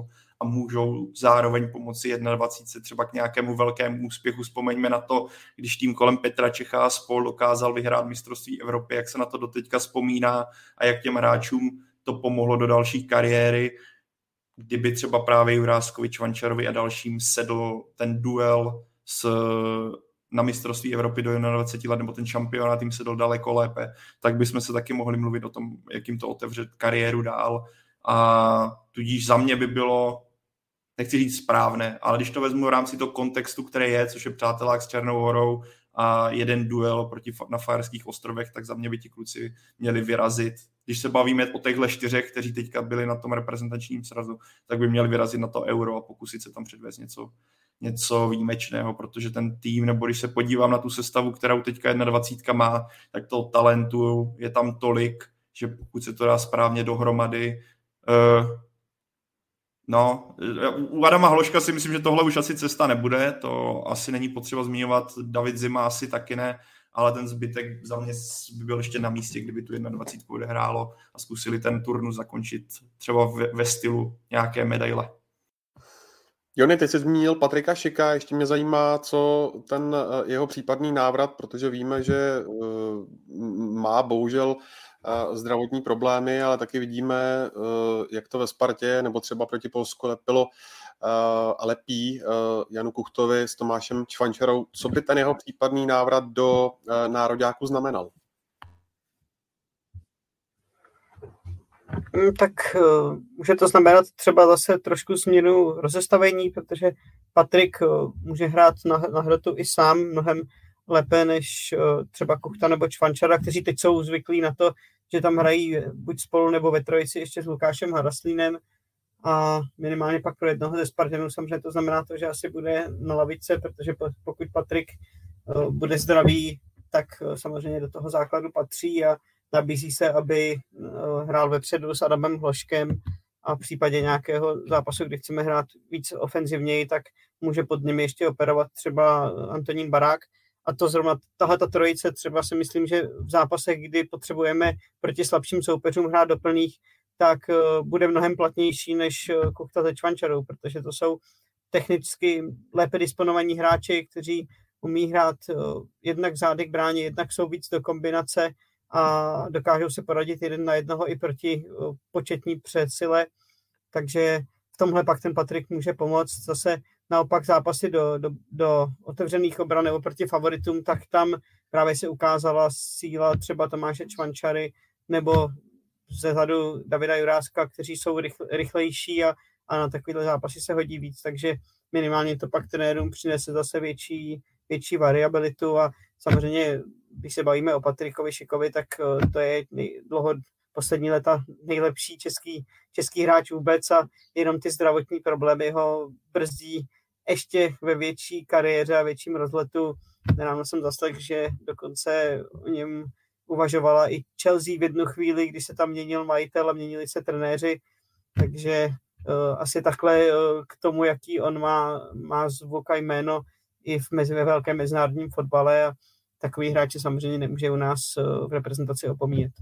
a můžou zároveň pomoci 21 třeba k nějakému velkému úspěchu. Vzpomeňme na to, když tým kolem Petra Čecha a spol dokázal vyhrát mistrovství Evropy, jak se na to doteďka vzpomíná a jak těm hráčům to pomohlo do další kariéry. Kdyby třeba právě Juráskovi, Čvančarovi a dalším sedl ten duel na mistrovství Evropy do 21 let, nebo ten šampionát jim sedl daleko lépe, tak bychom se taky mohli mluvit o tom, jak jim to otevře kariéru dál. A tudíž za mě by bylo, nechci říct správné, ale když to vezmu v rámci toho kontextu, který je, což je přátelák s Černou Horou a jeden duel na Faerských ostrovech, tak za mě by ti kluci měli vyrazit. Když se bavíme o těchto 4, kteří teďka byli na tom reprezentačním srazu, tak by měli vyrazit na to Euro a pokusit se tam předvést něco výjimečného, protože ten tým, nebo když se podívám na tu sestavu, kterou teďka 21 má, tak toho talentu je tam tolik, že pokud se to dá správně dohromady. U Adama Hloška si myslím, že tohle už asi cesta nebude, to asi není potřeba zmiňovat, David Zima asi taky ne, ale ten zbytek za mě by byl ještě na místě, kdyby tu 21 odehrálo a zkusili ten turnus zakončit třeba ve stylu nějaké medaile. Jony, ty jsi zmínil Patrika Šika, ještě mě zajímá, co ten jeho případný návrat, protože víme, že má bohužel zdravotní problémy, ale taky vidíme, jak to ve Spartě nebo třeba proti Polsku lepilo a lepí Janu Kuchtovi s Tomášem Čvančarou. Co by ten jeho případný návrat do nároďáku znamenal? Tak může to znamenat třeba zase trošku změnu rozestavení, protože Patrik může hrát na hrotu i sám mnohem lépe než třeba Kuchta nebo Čvančara, kteří teď jsou zvyklí na to, že tam hrají buď spolu nebo ve trojici ještě s Lukášem Haraslínem a minimálně pak pro jednoho ze Spartanů samozřejmě to znamená to, že asi bude na lavice, protože pokud Patrik bude zdravý, tak samozřejmě do toho základu patří a nabízí se, aby hrál vepředu s Adamem Hloškem a v případě nějakého zápasu, kdy chceme hrát víc ofenzivněji, tak může pod nimi ještě operovat třeba Antonín Barák. A to zrovna tahleta trojice třeba si myslím, že v zápasech, kdy potřebujeme proti slabším soupeřům hrát do plných, tak bude mnohem platnější než Kuchta se Čvančarou, protože to jsou technicky lépe disponovaní hráči, kteří umí hrát jednak zády k bráně, jednak jsou víc do kombinace a dokážou se poradit jeden na jednoho i proti početní přesile. Takže v tomhle pak ten Patrik může pomoct. Zase naopak zápasy do otevřených obran nebo proti favoritům, tak tam právě se ukázala síla třeba Tomáše Čvančary nebo zezadu Davida Juráska, kteří jsou rychlejší a na takovýhle zápasy se hodí víc, takže minimálně to pak trenérům přinese zase větší variabilitu a samozřejmě, když se bavíme o Patrikovi Šikovi, tak to je poslední léta nejlepší český hráč vůbec a jenom ty zdravotní problémy ho brzdí ještě ve větší kariéře a větším rozletu. Nedávno jsem zaslechl, že dokonce o něm uvažovala i Chelsea v jednu chvíli, když se tam měnil majitel a měnili se trenéři, takže asi takhle k tomu, jaký on má zvuk a jméno i ve velkém mezinárodním fotbale a takový hráči samozřejmě nemůže u nás v reprezentaci opomíjet.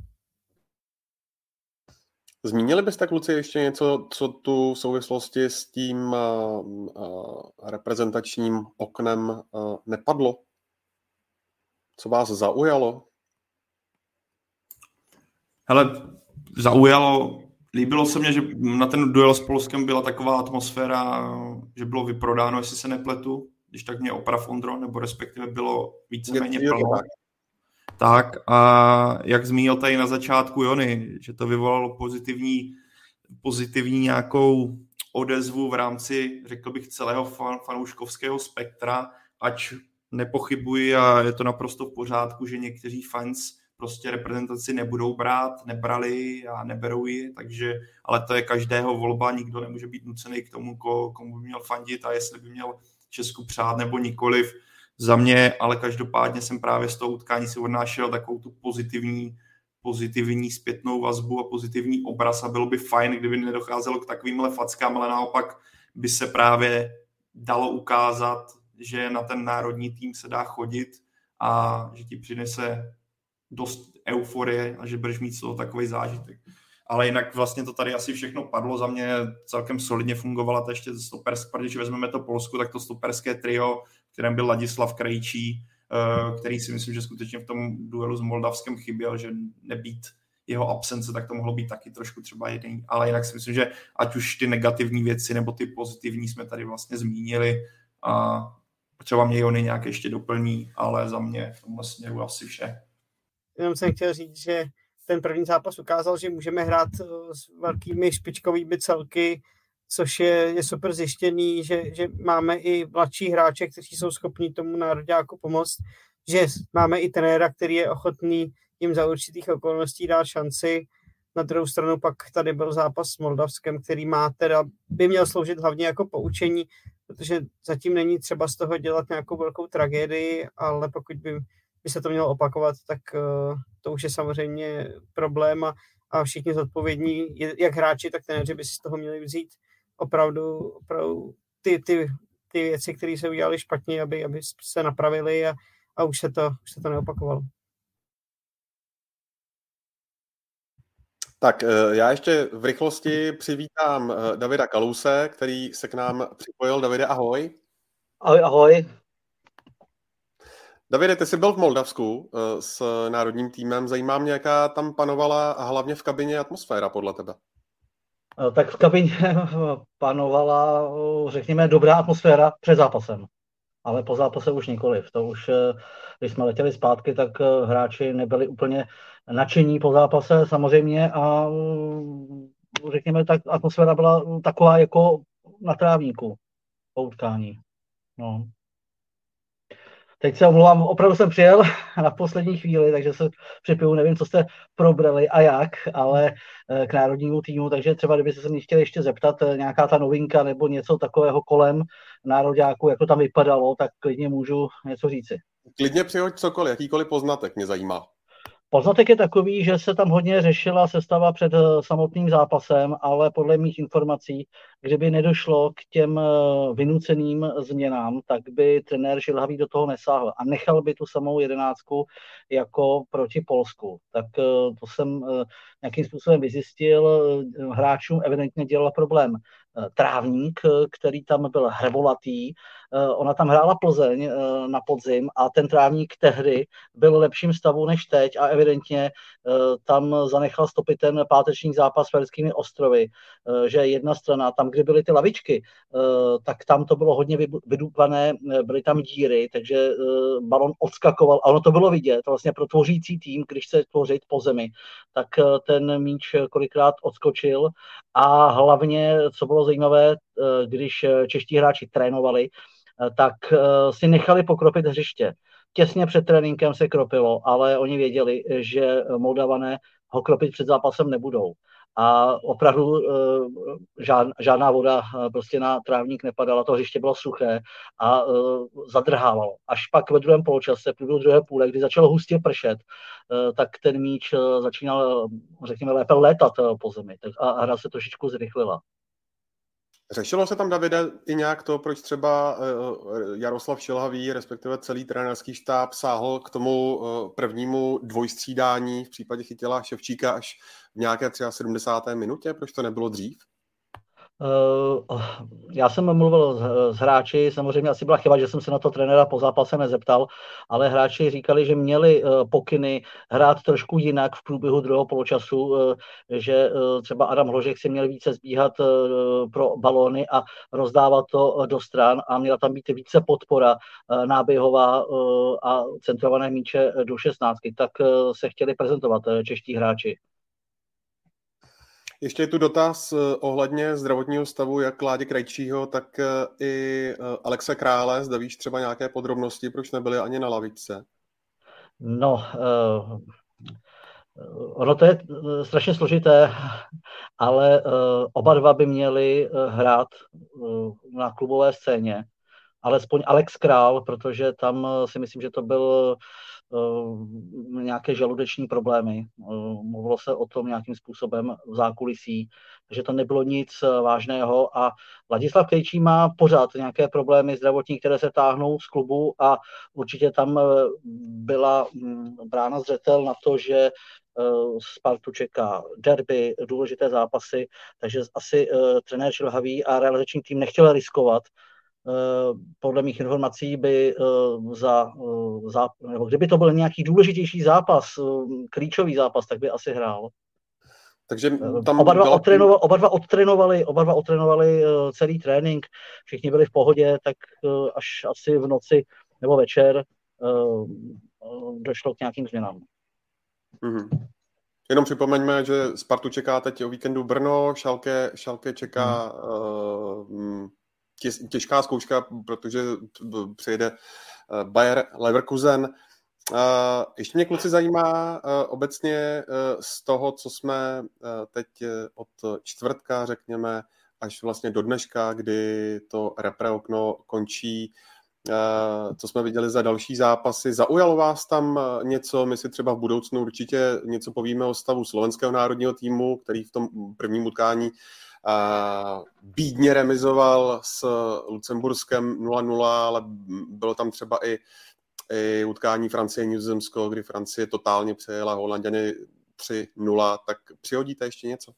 Zmínili byste, kluci, ještě něco, co tu v souvislosti s tím reprezentačním oknem nepadlo? Co vás zaujalo? Hele, zaujalo, líbilo se mně, že na ten duel s Polskem byla taková atmosféra, že bylo vyprodáno, jestli se nepletu, když tak mě oprav, Ondro, nebo respektive bylo víceméně plno. Tak a jak zmínil tady na začátku Jony, že to vyvolalo pozitivní nějakou odezvu v rámci, řekl bych, celého fanouškovského spektra, ač nepochybuji a je to naprosto v pořádku, že někteří fans prostě reprezentaci nebudou brát, nebrali a neberou ji, takže, ale to je každého volba, nikdo nemůže být nucený k tomu, komu by měl fandit a jestli by měl Česku přát nebo nikoliv. Za mě, ale každopádně jsem právě z toho utkání si odnášel takovou tu pozitivní zpětnou vazbu a pozitivní obraz a bylo by fajn, kdyby nedocházelo k takovýmhle fackám, ale naopak by se právě dalo ukázat, že na ten národní tým se dá chodit a že ti přinese dost euforie a že budeš mít z toho takový zážitek. ale jinak vlastně to tady asi všechno padlo. Za mě celkem solidně fungovala to ještě stoperské, když vezmeme to Polsku, tak to stoperské trio, kterém byl Ladislav Krejčí, který si myslím, že skutečně v tom duelu s Moldavskem chyběl, že nebýt jeho absence, tak to mohlo být taky trošku třeba jiný. Ale jinak si myslím, že ať už ty negativní věci nebo ty pozitivní jsme tady vlastně zmínili a třeba mě Jony nějak ještě doplní, ale za mě v tomhle směru asi vše. Jenom jsem chtěl říct, že ten první zápas ukázal, že můžeme hrát s velkými špičkovými celky, což je super zjištěný, že máme i mladší hráče, kteří jsou schopni tomu nároďáku pomoct, že máme i trenéra, který je ochotný jim za určitých okolností dát šanci. Na druhou stranu pak tady byl zápas s Moldavskem, který by měl sloužit hlavně jako poučení, protože zatím není třeba z toho dělat nějakou velkou tragédii, ale pokud by se to mělo opakovat, tak to už je samozřejmě problém a všichni zodpovědní, jak hráči, tak trenéři by si z toho měli vzít opravdu ty věci, které se udělali špatně, aby se napravili a už se to neopakovalo. Tak já ještě v rychlosti přivítám Davida Kalouse, který se k nám připojil. Davide, ahoj. Ahoj. Davide, ty jsi byl v Moldavsku s národním týmem. Zajímá mě, jaká tam panovala a hlavně v kabině atmosféra podle tebe. Tak v kabině panovala, řekněme, dobrá atmosféra před zápasem. Ale po zápase už nikoliv. To už, když jsme letěli zpátky, tak hráči nebyli úplně nadšení po zápase samozřejmě a řekněme, tak atmosféra byla taková jako na trávníku po utkání. No. Teď se omlouvám, opravdu jsem přijel na poslední chvíli, takže se připiju, nevím, co jste probrali a jak, ale k národnímu týmu, takže třeba kdybyste se mě chtěli ještě zeptat nějaká ta novinka nebo něco takového kolem nároďáku, jak to tam vypadalo, tak klidně můžu něco říci. Klidně přihoď cokoliv, jakýkoliv poznatek mě zajímá. Poznatek je takový, že se tam hodně řešila sestava před samotným zápasem, ale podle mých informací, kdyby nedošlo k těm vynuceným změnám, tak by trenér Žilhavý do toho nesáhl a nechal by tu samou 11 jako proti Polsku. Tak to jsem nějakým způsobem vyzjistil. Hráčům evidentně dělal problém trávník, který tam byl hrbolatý. Ona tam hrála Plzeň na podzim a ten trávník tehdy byl v lepším stavu než teď a evidentně tam zanechal stopy ten páteční zápas s Faerskými ostrovy, že jedna strana, tam, kde byly ty lavičky, tak tam to bylo hodně vydupané, byly tam díry, takže balon odskakoval a ono to bylo vidět, vlastně pro tvořící tým, když se tvořit po zemi, tak ten míč kolikrát odskočil a hlavně, co bylo zajímavé, když čeští hráči trénovali, tak si nechali pokropit hřiště. Těsně před tréninkem se kropilo, ale oni věděli, že Moldavané ho kropit před zápasem nebudou. A opravdu žádná voda prostě na trávník nepadala, to hřiště bylo suché a zadrhávalo. Až pak ve druhém poločase, v průběhu druhé půle, kdy začalo hustě pršet, tak ten míč začínal, řekněme, lépe létat po zemi a hra se trošičku zrychlila. Řešilo se tam, Davide, i nějak to, proč třeba Jaroslav Šilhavý, respektive celý trenérský štáb, sáhl k tomu prvnímu dvojstřídání v případě Chytila Ševčíka až v nějaké třeba 70. minutě? Proč to nebylo dřív? Já jsem mluvil s hráči, samozřejmě asi byla chyba, že jsem se na to trenéra po zápase nezeptal, ale hráči říkali, že měli pokyny hrát trošku jinak v průběhu druhého poločasu, že třeba Adam Hložek si měl více zbíhat pro balóny a rozdávat to do stran a měla tam být více podpora náběhová a centrované míče do 16. Tak se chtěli prezentovat čeští hráči. Ještě je tu dotaz ohledně zdravotního stavu jak Ládi Krejčího, tak i Alexe Krále. Zda víš třeba nějaké podrobnosti, proč nebyli ani na lavičce? No, ono to je strašně složité, ale oba dva by měli hrát na klubové scéně. Alespoň Alex Král, protože tam si myslím, že to byl nějaké žaludeční problémy. Mluvilo se o tom nějakým způsobem v zákulisí, že to nebylo nic vážného a Ladislav Krejčí má pořád nějaké problémy zdravotní, které se táhnou z klubu a určitě tam byla brána zřetel na to, že Spartu čeká derby, důležité zápasy, takže asi trenér Šilhavý a realizační tým nechtěl riskovat. Podle mých informací by nebo kdyby to byl nějaký důležitější zápas, klíčový zápas, tak by asi hrál. Takže tam oba dva odtrénovali celý trénink, všichni byli v pohodě, tak až asi v noci nebo večer došlo k nějakým změnám. Mm-hmm. Jenom připomeňme, že Spartu čeká teď o víkendu Brno, Schalke čeká těžká zkouška, protože přijede Bayer Leverkusen. Ještě mě, kluci, zajímá obecně z toho, co jsme teď od čtvrtka, řekněme, až vlastně do dneška, kdy to repre okno končí, co jsme viděli za další zápasy. Zaujalo vás tam něco? My si třeba v budoucnu určitě něco povíme o stavu slovenského národního týmu, který v tom prvním utkání bídně remizoval s Lucemburskem 0-0, ale bylo tam třeba i utkání Francie-Nizozemsko, kdy Francie totálně přejela Holanďany 3-0. Tak přihodíte ještě něco?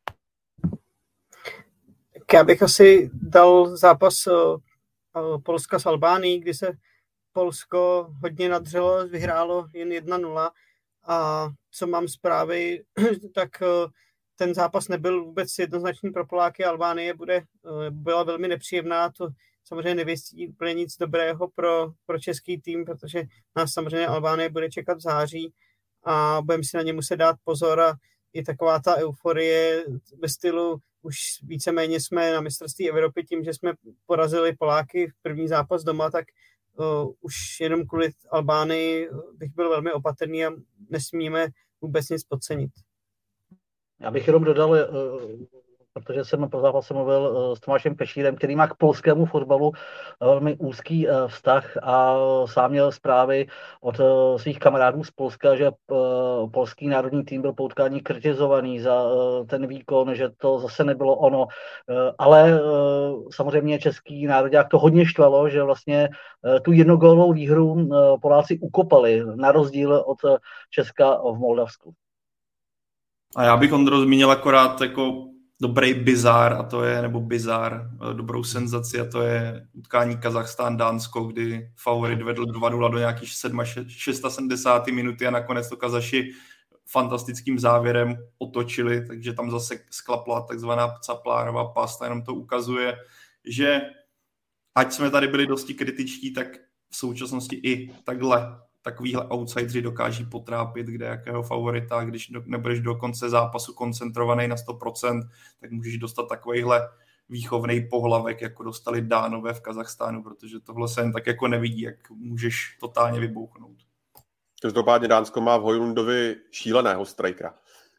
Já bych asi dal zápas Polska s Albánií, kdy se Polsko hodně nadřelo, vyhrálo jen 1-0 a co mám zprávy, tak ten zápas nebyl vůbec jednoznačný pro Poláky. Albánie byla velmi nepříjemná, to samozřejmě nevěstí úplně nic dobrého pro český tým, protože nás samozřejmě Albánie bude čekat v září a budeme si na ně muset dát pozor a i taková ta euforie ve stylu už víceméně jsme na mistrovství Evropy tím, že jsme porazili Poláky v první zápas doma, tak už jenom kvůli Albánii bych byl velmi opatrný a nesmíme vůbec nic podcenit. Já bych jenom dodal, protože jsem po zápase mluvil s Tomášem Pešírem, který má k polskému fotbalu velmi úzký vztah a sám měl zprávy od svých kamarádů z Polska, že polský národní tým byl po utkání kritizovaný za ten výkon, že to zase nebylo ono. Ale samozřejmě český národák to hodně štvalo, že vlastně tu jednogólovou výhru Poláci ukopali, na rozdíl od Česka v Moldavsku. A já bych, Ondro, zmínil akorát jako dobrý bizár, a to je, nebo bizár, dobrou senzaci, a to je utkání Kazachstán-Dánsko, kdy favorit vedl 2-0 do nějakých 76. minuty a nakonec to Kazaši fantastickým závěrem otočili, takže tam zase sklapla takzvaná caplárová pasta, jenom to ukazuje, že ať jsme tady byli dosti kritičtí, tak v současnosti i takovýhle outsideri dokáží potrápit kde jakého favorita, když nebudeš do konce zápasu koncentrovaný na 100%, tak můžeš dostat takovýhle výchovnej pohlavek, jako dostali Dánové v Kazachstánu, protože tohle se jen tak jako nevidí, jak můžeš totálně vybouchnout. Každopádně Dánsko má v Hojlundovi šíleného strikera.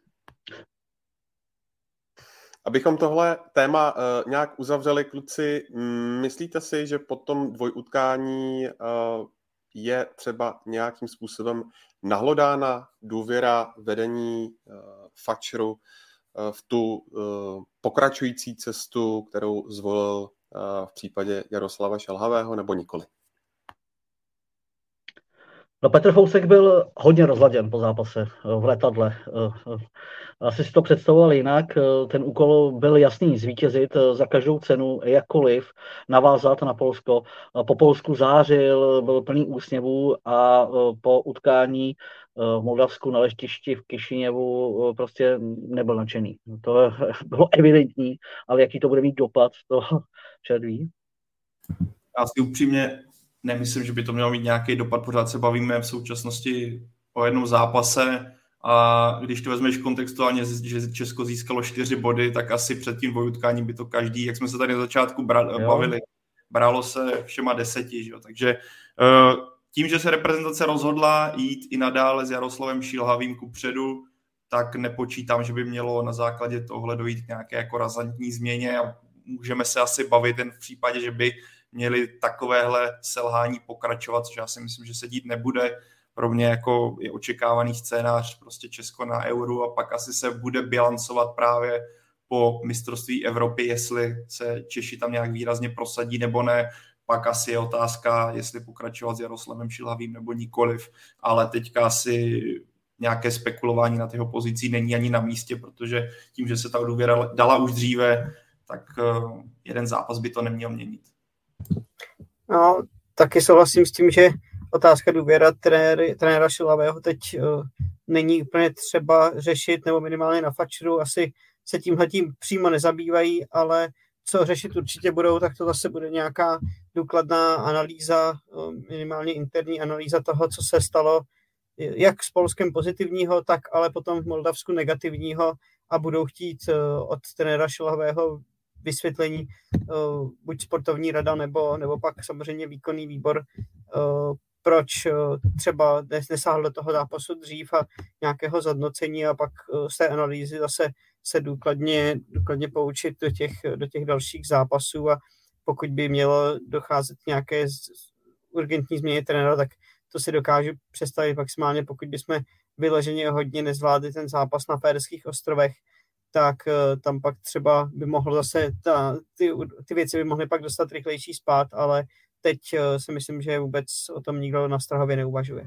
Abychom tohle téma nějak uzavřeli, kluci, myslíte si, že po tom dvojutkání je třeba nějakým způsobem nahlodána důvěra vedení Fatscheru v tu pokračující cestu, kterou zvolil v případě Jaroslava Šilhavého, nebo nikoli? No, Petr Fousek byl hodně rozladěn po zápase v letadle. Asi si to představoval jinak. Ten úkol byl jasný, zvítězit za každou cenu, jakkoliv, navázat na Polsko. Po Polsku zářil, byl plný úsměvů a po utkání v Moldavsku na letišti v Kišiněvu prostě nebyl nadšený. To bylo evidentní, ale jaký to bude mít dopad, to čert ví. Já si upřímně nemyslím, že by to mělo mít nějaký dopad, pořád se bavíme v současnosti o jednom zápase a když to vezmeš kontextuálně, že Česko získalo 4 body, tak asi před tím dvojutkáním by to každý, jak jsme se tady na začátku bavili, bralo se všema 10, že? Takže tím, že se reprezentace rozhodla jít i nadále s Jaroslavem Šilhavým kupředu, tak nepočítám, že by mělo na základě tohle dojít k nějaké jako razantní změně a můžeme se asi bavit jen v případě, že by měli takovéhle selhání pokračovat, což já si myslím, že se dít nebude, pro mě jako je očekávaný scénář prostě Česko na Euro a pak asi se bude bilancovat právě po mistrovství Evropy, jestli se Češi tam nějak výrazně prosadí nebo ne. Pak asi je otázka, jestli pokračovat s Jaroslavem Šilhavým nebo nikoliv, ale teďka asi nějaké spekulování na jeho pozici není ani na místě, protože tím, že se ta důvěra dala už dříve, tak jeden zápas by to neměl měnit. No, taky souhlasím s tím, že otázka důvěra trenéra Šilhavého teď není úplně třeba řešit, nebo minimálně na Fatscheru asi se tímhletím přímo nezabývají, ale co řešit určitě budou, tak to zase bude nějaká důkladná analýza, minimálně interní analýza toho, co se stalo, jak s Polskem pozitivního, tak ale potom v Moldavsku negativního a budou chtít od trenéra Šilhavého vysvětlení buď sportovní rada, nebo pak samozřejmě výkonný výbor, proč třeba nesáhl do toho zápasu dřív a nějakého zhodnocení a pak z té analýzy zase se důkladně poučit do těch dalších zápasů a pokud by mělo docházet k nějaké urgentní změně trenéra, tak to si dokážu představit maximálně, pokud bychom vyloženě hodně nezvládli ten zápas na Férských ostrovech, tak tam pak třeba by mohlo zase ty věci by mohly pak dostat rychlejší spád, ale teď si myslím, že vůbec o tom nikdo na Strahově neuvažuje.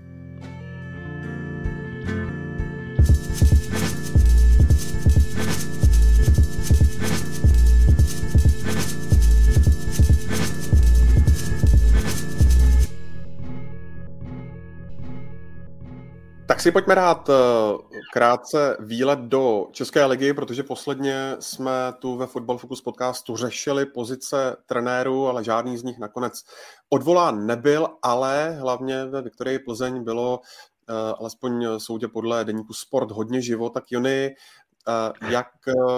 Tak si pojďme dát krátce výlet do České ligy, protože posledně jsme tu ve Football Focus podcastu řešili pozice trenérů, ale žádný z nich nakonec odvolán nebyl, ale hlavně ve Viktorii Plzeň bylo, alespoň soudě podle deníku Sport, hodně život. Tak Jony, jak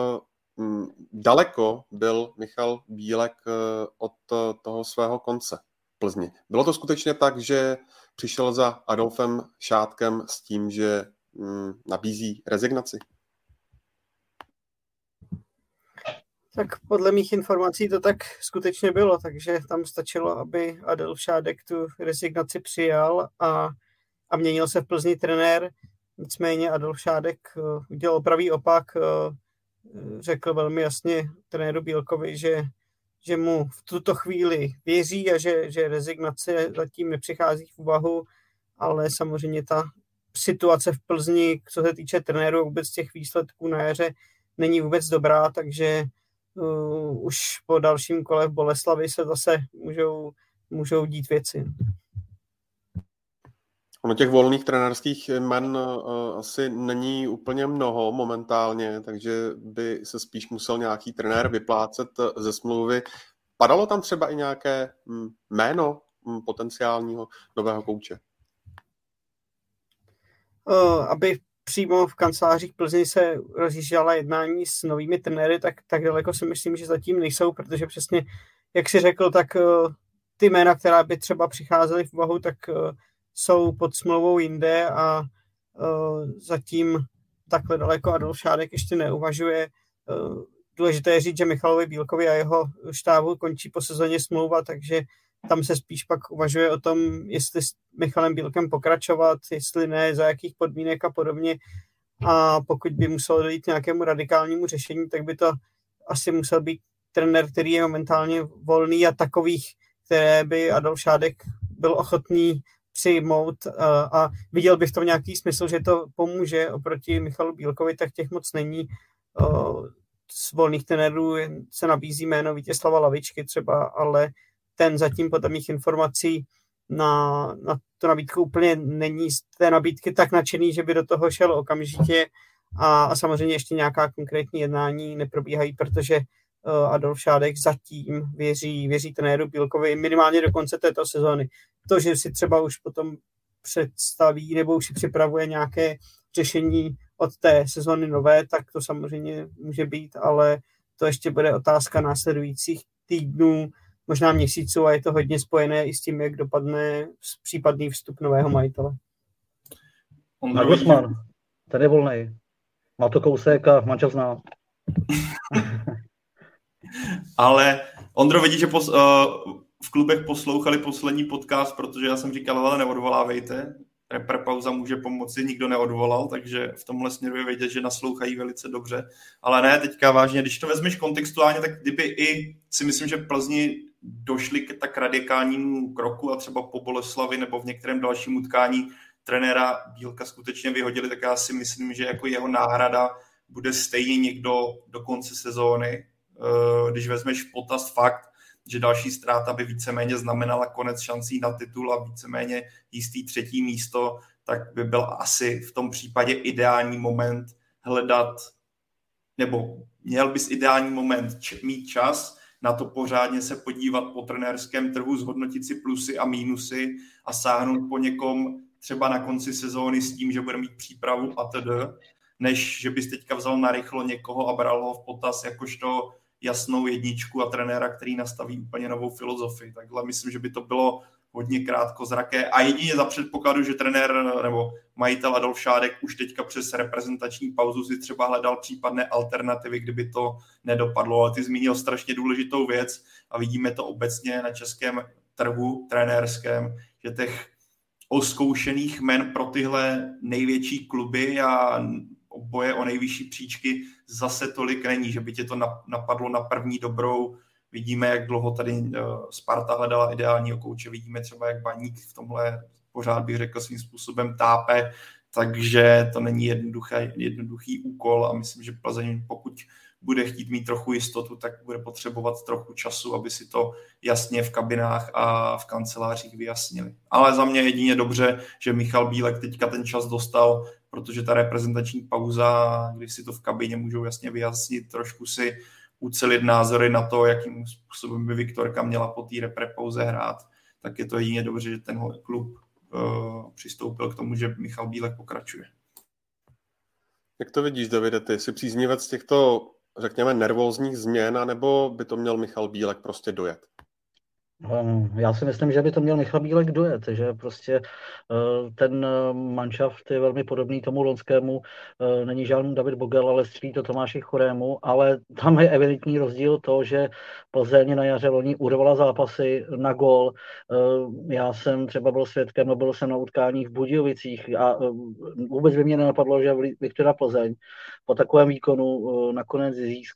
daleko byl Michal Bílek od toho svého konce v Plzni? Bylo to skutečně tak, že přišel za Adolfem Šátkem s tím, že nabízí rezignaci? Tak podle mých informací to tak skutečně bylo, takže tam stačilo, aby Adolf Šádek tu rezignaci přijal a měnil se v Plzni trenér. Nicméně Adolf Šádek udělal pravý opak, řekl velmi jasně trenéru Bílkovi, že mu v tuto chvíli věří a že rezignace zatím nepřichází v úvahu, ale samozřejmě ta situace v Plzni, co se týče trenéru, vůbec těch výsledků na jaře, není vůbec dobrá, takže už po dalším kole v Boleslavi se zase můžou dít věci. Ono těch volných trenérských jmen asi není úplně mnoho momentálně, takže by se spíš musel nějaký trenér vyplácet ze smlouvy. Padalo tam třeba i nějaké jméno potenciálního nového kouče? Aby přímo v kancelářích Plzni se rozjížděla jednání s novými trenéry, tak daleko si myslím, že zatím nejsou, protože přesně, jak jsi řekl, tak ty jména, která by třeba přicházely v úvahu, tak jsou pod smlouvou jinde a zatím takhle daleko Adolf Šádek ještě neuvažuje. Důležité je říct, že Michalovi Bílkovi a jeho štábu končí po sezóně smlouva, takže tam se spíš pak uvažuje o tom, jestli s Michalem Bílkem pokračovat, jestli ne, za jakých podmínek a podobně. A pokud by muselo dojít k nějakému radikálnímu řešení, tak by to asi musel být trenér, který je momentálně volný a takových, které by Adolf Šádek byl ochotný přijmout a viděl bych v tom nějaký smysl, že to pomůže oproti Michalu Bílkovi, tak těch moc není. Z volných trenérů se nabízí jméno Vítězslava Lavičky třeba, ale ten zatím podle mých informací na tu nabídku úplně není z té nabídky tak nadšený, že by do toho šel okamžitě a samozřejmě ještě nějaká konkrétní jednání neprobíhají, protože Adolf Šádek zatím věří trenéru Bílkovi minimálně do konce této sezóny. To, že si třeba už potom představí nebo už si připravuje nějaké řešení od té sezóny nové, tak to samozřejmě může být, ale to ještě bude otázka následujících týdnů, možná měsíců a je to hodně spojené i s tím, jak dopadne případný vstup nového majitele. Nagelsmann, ten je volnej. Má to kousek a mančas zná. Ale Ondro, vidí, že v klubech poslouchali poslední podcast, protože já jsem říkal, ale neodvolávejte. pauza může pomoci, nikdo neodvolal, takže v tomhle směru je vidět, že naslouchají velice dobře. Ale ne, teďka vážně, když to vezmeš kontextuálně, tak kdyby i si myslím, že Plzni došli k tak radikálnímu kroku a třeba po Boleslavi nebo v některém dalším utkání trenéra Bílka skutečně vyhodili, tak já si myslím, že jako jeho náhrada bude stejně někdo do konce sezóny. Když vezmeš v potaz fakt, že další ztráta by víceméně znamenala konec šancí na titul a víceméně jistý 3. místo, tak by byl asi v tom případě ideální moment hledat, nebo měl bys ideální moment mít čas na to pořádně se podívat po trenérském trhu, zhodnotit si plusy a mínusy a sáhnout po někom třeba na konci sezóny s tím, že bude mít přípravu atd., než že bys teďka vzal narychlo někoho a bral ho v potaz jakožto jasnou jedničku a trenéra, který nastaví úplně novou filozofii. Takhle myslím, že by to bylo hodně krátkozraké a jedině za předpokladu, že trenér nebo majitel Adolf Šádek už teďka přes reprezentační pauzu si třeba hledal případné alternativy, kdyby to nedopadlo. Ale ty zmínil strašně důležitou věc a vidíme to obecně na českém trhu trenérském, že těch oskoušených men pro tyhle největší kluby a boje o nejvyšší příčky zase tolik není, že by tě to napadlo na první dobrou. Vidíme, jak dlouho tady Sparta hledala ideálního kouče, vidíme třeba, jak Baník v tomhle pořád bych řekl svým způsobem tápe, takže to není jednoduchý úkol a myslím, že Plzeň, pokud bude chtít mít trochu jistotu, tak bude potřebovat trochu času, aby si to jasně v kabinách a v kancelářích vyjasnili. Ale za mě jedině dobře, že Michal Bílek teďka ten čas dostal, protože ta reprezentační pauza, když si to v kabině můžou jasně vyjasnit, trošku si ucelit názory na to, jakým způsobem by Viktorka měla po té repre-pauze hrát, tak je to jedině dobře, že tenhle klub přistoupil k tomu, že Michal Bílek pokračuje. Jak to vidíš, Davide, ty jsi příznivec těchto, řekněme, nervózních změn, anebo by to měl Michal Bílek prostě dojet? Já si myslím, že by to měl Michal Bílek dojet, že prostě ten manšaft je velmi podobný tomu loňskému, není žádný David Bogel, ale střílí to Tomáši Chorému, ale tam je evidentní rozdíl to, že Plzeň na jaře loni urvala zápasy na gól. Já jsem třeba byl svědkem, byl jsem na utkání v Budějovicích a vůbec by mě nenapadlo, že Viktoria Plzeň po takovém výkonu nakonec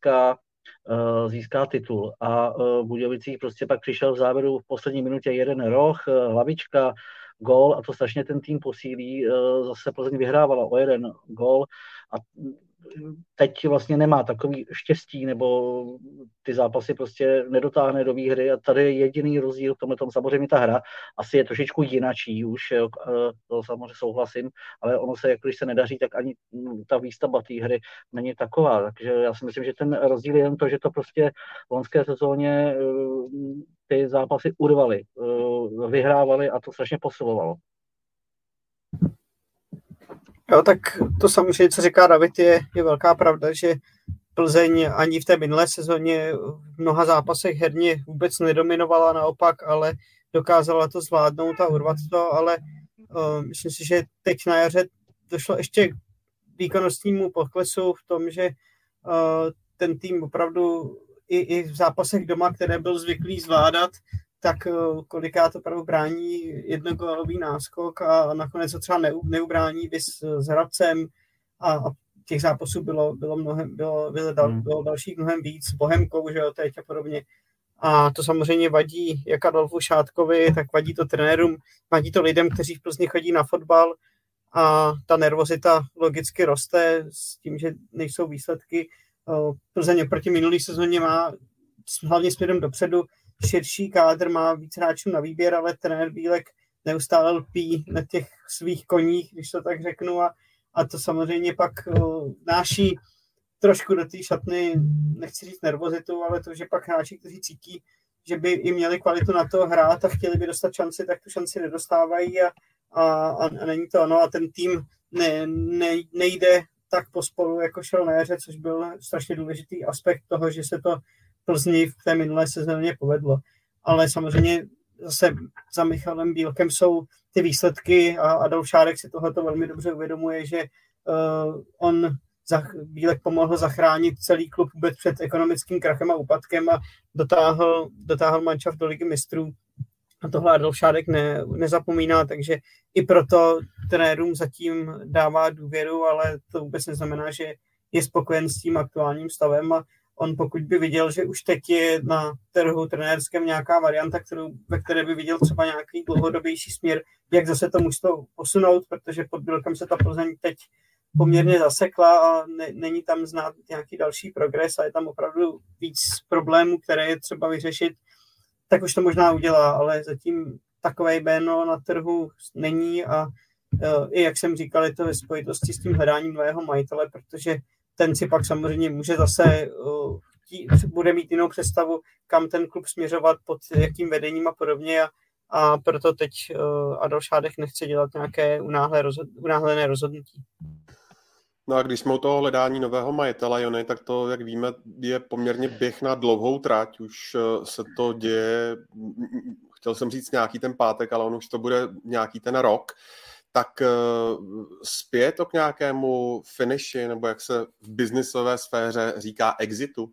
získá titul a v Budějovicích prostě pak přišel v závěru v poslední minutě jeden roh, hlavička, gól a to strašně ten tým posílí. Zase Plzeň vyhrávala o jeden gól a teď vlastně nemá takový štěstí, nebo ty zápasy prostě nedotáhne do výhry a tady je jediný rozdíl v tomhle tom. Samozřejmě ta hra asi je trošičku jinačí už, to samozřejmě souhlasím, ale ono se, když se nedaří, tak ani ta výstavba té hry není taková, takže já si myslím, že ten rozdíl je jen to, že to prostě v loňské sezóně ty zápasy urvaly, vyhrávali a to strašně posilovalo. Jo, tak to samozřejmě, co říká David, je velká pravda, že Plzeň ani v té minulé sezóně v mnoha zápasech herně vůbec nedominovala, naopak, ale dokázala to zvládnout a urvat to, ale myslím si, že teď na jaře došlo ještě k výkonnostnímu poklesu v tom, že ten tým opravdu i v zápasech doma, které byl zvyklý zvládat, tak kolikrát opravdu brání jednogólový náskok a nakonec to třeba neubrání s Hradcem a těch zápasů bylo dalších mnohem víc, s Bohemkou, že jo, teď a podobně. A to samozřejmě vadí jak Adolfu Šátkovi, tak vadí to trenérům, vadí to lidem, kteří v Plzni chodí na fotbal a ta nervozita logicky roste s tím, že nejsou výsledky. Plzeň proti minulý sezóně má hlavně směrem dopředu širší kádr, má víc hráčů na výběr, ale trenér Bílek neustále lpí na těch svých koních, když to tak řeknu, a to samozřejmě pak náší trošku do té šatny, nechci říct nervozitu, ale to, že pak hráči, kteří cítí, že by i měli kvalitu na to hrát a chtěli by dostat šanci, tak tu šanci nedostávají a není to ono a ten tým nejde tak pospolu, jako šel na jaře, což byl strašně důležitý aspekt toho, že se to Plzni v té minulé sezóně povedlo. Ale samozřejmě zase za Michalem Bílkem jsou ty výsledky a Adolf Šádek si tohleto velmi dobře uvědomuje, že Bílek pomohl zachránit celý klub vůbec před ekonomickým krachem a úpadkem a dotáhl manšaft do Ligy mistrů. A tohle Adolf Šádek nezapomíná, takže i proto trenérům zatím dává důvěru, ale to vůbec neznamená, že je spokojen s tím aktuálním stavem a on pokud by viděl, že už teď je na trhu trenérském nějaká varianta, ve které by viděl třeba nějaký dlouhodobější směr, jak zase to mužstvo posunout, protože pod Bílkem se ta Plzeň teď poměrně zasekla a není tam znát nějaký další progres a je tam opravdu víc problémů, které je třeba vyřešit, tak už to možná udělá, ale zatím takové jméno na trhu není a i jak jsem říkal, je to ve spojitosti s tím hledáním nového majitele, protože ten si pak samozřejmě může zase, bude mít jinou představu, kam ten klub směřovat, pod jakým vedením a podobně a proto teď Adolf Šádek nechce dělat nějaké unáhlené rozhodnutí. No a když jsme u toho hledání nového majitele, Jony, tak to, jak víme, je poměrně běh na dlouhou trať. Už se to děje, chtěl jsem říct nějaký ten pátek, ale on už to bude nějaký ten rok. Tak spěje to k nějakému finiši, nebo jak se v biznisové sféře říká exitu?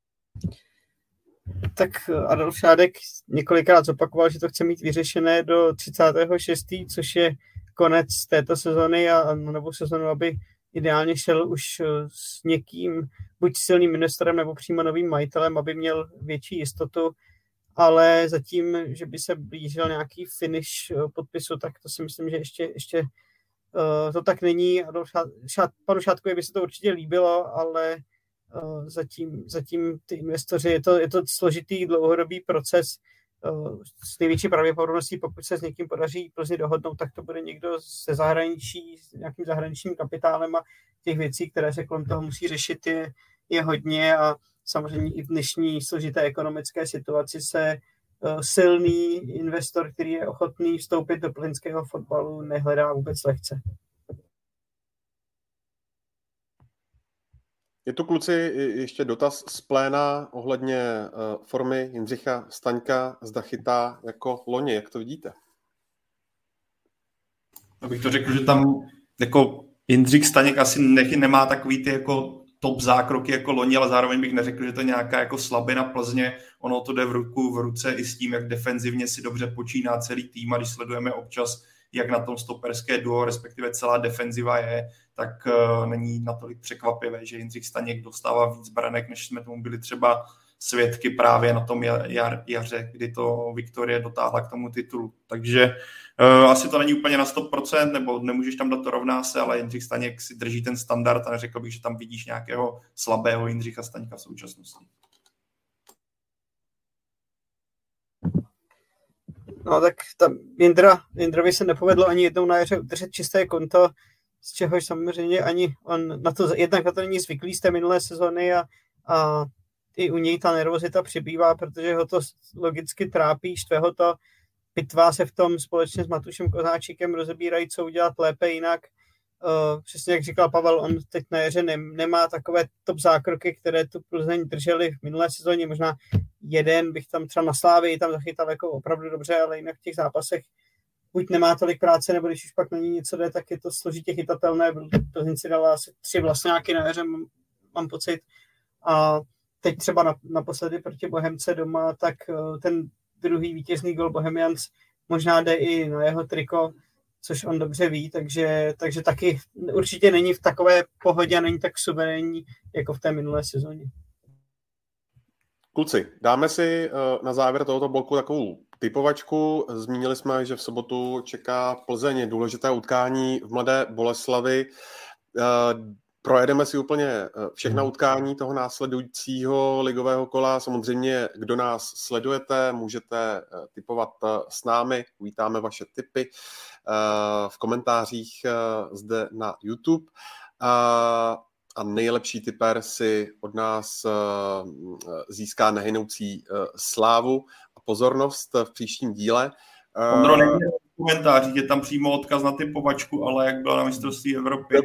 Tak Adolf Šádek několikrát zopakoval, že to chce mít vyřešené do 36., což je konec této sezony a nebo sezonu, aby ideálně šel už s někým, buď silným investorem nebo přímo novým majitelem, aby měl větší jistotu, ale zatím, že by se blížil nějaký finish podpisu, tak to si myslím, že ještě to tak není. Panu Šádkovi by se to určitě líbilo, ale zatím ty investoři, je to složitý dlouhodobý proces. S největší pravděpodobností, pokud se s někým podaří Plzni dohodnout, tak to bude někdo ze zahraničí, s nějakým zahraničním kapitálem a těch věcí, které se kolem toho musí řešit, je hodně a samozřejmě i v dnešní složité ekonomické situaci se silný investor, který je ochotný vstoupit do plzeňského fotbalu, nehledá vůbec lehce. Je tu, kluci, ještě dotaz z pléna ohledně formy Jindřicha Staňka, zda chytá jako loni. Jak to vidíte? Abych to řekl, že tam jako Jindřich Staněk asi nemá takový ty jako top zákroky jako loni, ale zároveň bych neřekl, že to je nějaká jako slabina Plzně. Ono to jde v ruku v ruce i s tím, jak defenzivně si dobře počíná celý tým a když sledujeme občas, jak na tom stoperské duo, respektive celá defenziva je, tak není natolik překvapivé, že Jindřich Staněk dostává víc branek, než jsme tomu byli třeba svědky právě na tom jaře, kdy to Viktorie dotáhla k tomu titulu. Takže asi to není úplně na 100%, nebo nemůžeš tam dát to rovná se, ale Jindřich Staněk si drží ten standard a neřekl bych, že tam vidíš nějakého slabého Jindřicha Staňka v současnosti. No tak Jindrovi se nepovedlo ani jednou na jaře udržet čisté konto, z čehož samozřejmě ani on jednak na to není zvyklý z té minulé sezony a i u něj ta nervozita přibývá, protože ho to logicky trápí, štve ho to, pitvá se v tom společně s Matušem Kozáčikem, rozebírají, co udělat lépe jinak. Přesně jak říkal Pavel, on teď na jaře nemá takové top zákroky, které tu Plzeň drželi v minulé sezóně, možná jeden bych tam třeba na Slávii tam zachytal jako opravdu dobře, ale jinak v těch zápasech buď nemá tolik práce, nebo když už pak není něco jde, tak je to složitě chytatelné. Plzeň si dala asi 3 vlastňáky na jaře, mám pocit. A teď třeba naposledy proti Bohemce doma, tak ten druhý vítězný gol Bohemians možná jde i na jeho triko, což on dobře ví, takže taky určitě není v takové pohodě a není tak suverénní jako v té minulé sezóně. Kluci, dáme si na závěr tohoto bloku takovou typovačku. Zmínili jsme, že v sobotu čeká Plzeň důležité utkání v Mladé Boleslavi. Projedeme si úplně všechna utkání toho následujícího ligového kola. Samozřejmě, kdo nás sledujete, můžete tipovat s námi. Uvítáme vaše tipy v komentářích zde na YouTube. A nejlepší tipér si od nás získá nehynoucí slávu a pozornost v příštím díle. Ondro, nejde v komentářích, je tam přímo odkaz na typovačku, ale jak byla na mistrovství Evropy.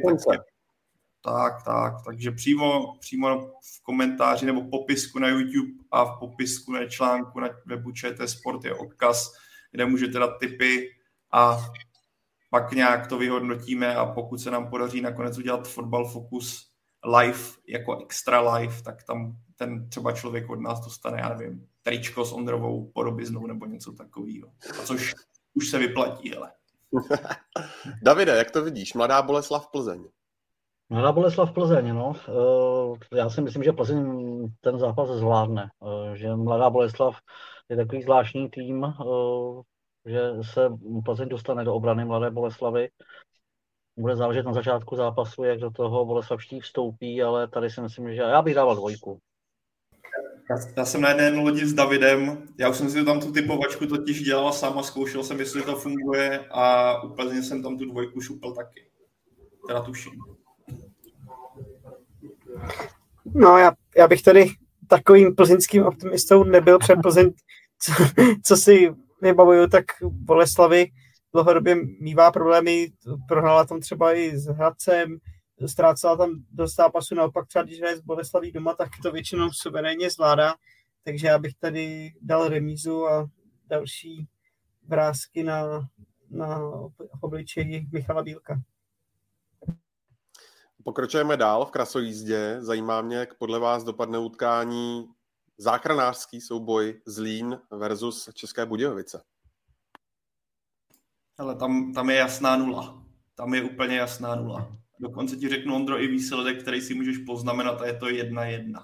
Takže přímo v komentáři nebo v popisku na YouTube a v popisku na článku na webu ČT Sport je odkaz, kde můžete dát tipy a pak nějak to vyhodnotíme a pokud se nám podaří nakonec udělat Fotbal Focus live, jako extra live, tak tam ten třeba člověk od nás dostane, já nevím, tričko s Ondrovou podobiznou nebo něco takového. A což už se vyplatí, hele. Davide, jak to vidíš? Mladá Boleslav Plzeň. Mladá Boleslav Plzeň, no. Já si myslím, že Plzeň ten zápas zvládne. Že Mladá Boleslav je takový zvláštní tým, že se Plzeň dostane do obrany Mladé Boleslavy. Bude záležet na začátku zápasu, jak do toho Boleslavští vstoupí, ale tady si myslím, že já bych dával 2. Já jsem na jedné lodi s Davidem, já už jsem si tam tu typovačku totiž dělal sám a zkoušel jsem, jestli to funguje a úplně jsem tam tu 2 šupel taky. Teda tuším. No, já bych tady takovým plzeňským optimistou nebyl, před Plzeň, co si vybavuju, tak Boleslavy dlouhodobě mívá problémy, prohrála tam třeba i s Hradcem, ztrácela tam dost zápasu, naopak třeba když hraje z Boleslaví doma, tak to většinou suverénně zvládá, takže já bych tady dal remízu a další vrásky na obličeji Michala Bílka. Pokračujeme dál v krasojízdě. Zajímá mě, jak podle vás dopadne utkání záchranářský souboj Zlín versus České Budějovice. Ale tam je jasná 0. Tam je úplně jasná 0. Dokonce ti řeknu, Ondro, i výsledek, který si můžeš poznamenat, a je to 1-1.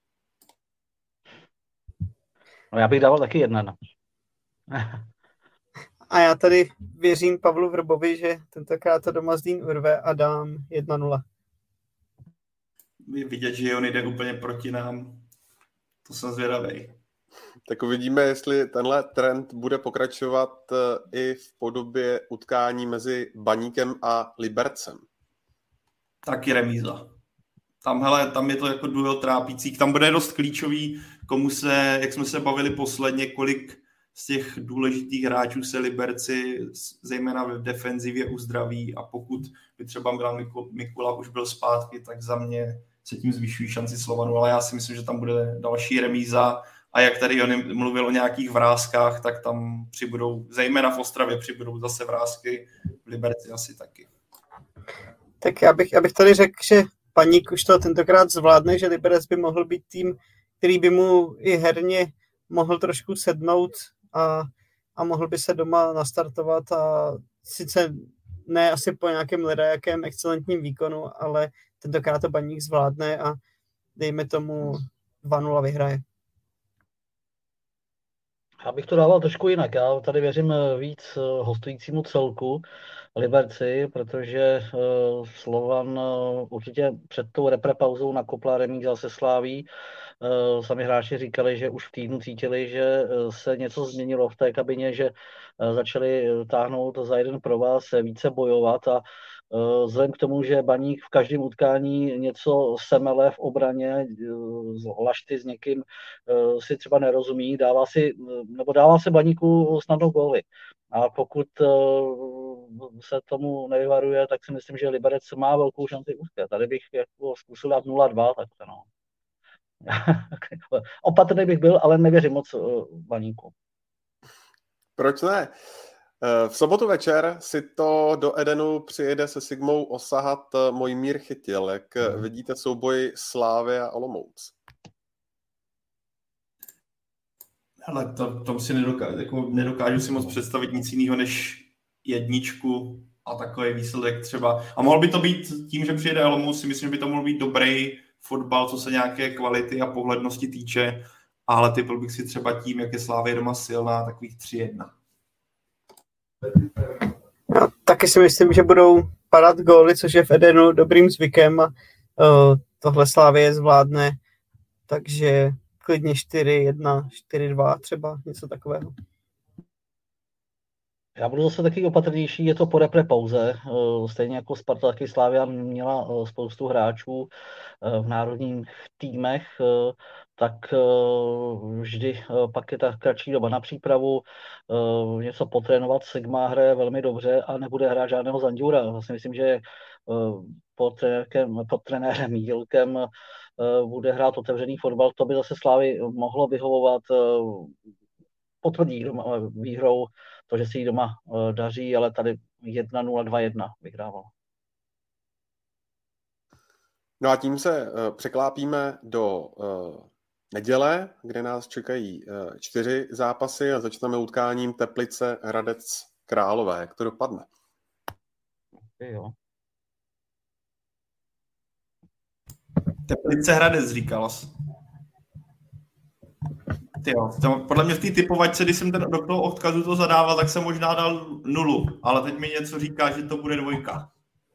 No, já bych dával taky 1-1. A já tady věřím Pavlu Vrbovi, že tentokrát to doma Zlín urve a dám 1-0. Je vidět, že on jde úplně proti nám. To jsem zvědavej. Tak uvidíme, jestli tenhle trend bude pokračovat i v podobě utkání mezi Baníkem a Libercem. Taky remíza. Tam je to jako duel trápící. Tam bude dost klíčový, komu se, jak jsme se bavili posledně, kolik z těch důležitých hráčů se Liberci, zejména v defenzivě, uzdraví, a pokud by třeba Milan Mikula už byl zpátky, tak za mě se tím zvyšují šanci Slovanu, ale já si myslím, že tam bude další remíza, a jak tady on mluvil o nějakých vrázkách, tak tam přibudou, zejména v Ostravě přibudou zase vrázky, v Liberci asi taky. Tak já bych tady řekl, že Baník už to tentokrát zvládne, že Liberec by mohl být tým, který by mu i herně mohl trošku sednout a mohl by se doma nastartovat, a sice ne asi po nějakém ledajakém excelentním výkonu, ale tentokrát to Baník zvládne a dejme tomu 2-0 vyhraje. Já bych to dával trošku jinak. Já tady věřím víc hostujícímu celku Liberci, protože Slovan určitě před tou reprepauzou nakopla remíza se Sláví. Sami hráči říkali, že už v týdnu cítili, že se něco změnilo v té kabině, že začali táhnout za jeden provaz, více bojovat, a vzhledem k tomu, že Baník v každém utkání něco semele v obraně, Lašty s někým si třeba nerozumí, dává se Baníku snadno góly. A pokud se tomu nevyvaruje, tak si myslím, že Liberec má velkou šanci uspět. Tady bych jako zkusil dát 0-2, tak to no. Opatrný bych byl, ale nevěřím moc Baníku. Proč ne? V sobotu večer si to do Edenu přijede se Sigmou osahat Mojmír Chytil. Jak vidíte souboj Slávy a Olomouc? Ale to si nedokážu si moc představit nic jiného než 1 a takový výsledek třeba. A mohl by to být tím, že přijede Olomouc, si myslím, že by to mohl být dobrý fotbal, co se nějaké kvality a pohlednosti týče, ale typl bych si třeba tím, jak je Slávě doma silná, takových 3-1. Já taky si myslím, že budou padat góly, což je v Edenu dobrým zvykem, a tohle Slávie zvládne, takže klidně 4-1, 4-2 třeba, něco takového. Já budu zase taky opatrnější, je to po reprepauze. Stejně jako Sparta, taky Slavia měla spoustu hráčů v národních týmech, tak vždy pak je ta kratší doba na přípravu, něco potrénovat. Sigma hraje velmi dobře a nebude hrát žádného Zanďura. Vlastně myslím, že pod trenérem Jílkem bude hrát otevřený fotbal. To by zase Slávy mohlo vyhovovat, potvrdí výhrou to, že si jí doma daří, ale tady 1-0, 2-1 vyhrával. No a tím se překlápíme do neděle, kde nás čekají 4 zápasy a začneme utkáním Teplice Hradec Králové. Jak to dopadne? Jo. Teplice Hradec, říkal jsi. Podle mě v té typovačce, když jsem do toho odkazu to zadával, tak jsem možná dal 0, ale teď mi něco říká, že to bude 2.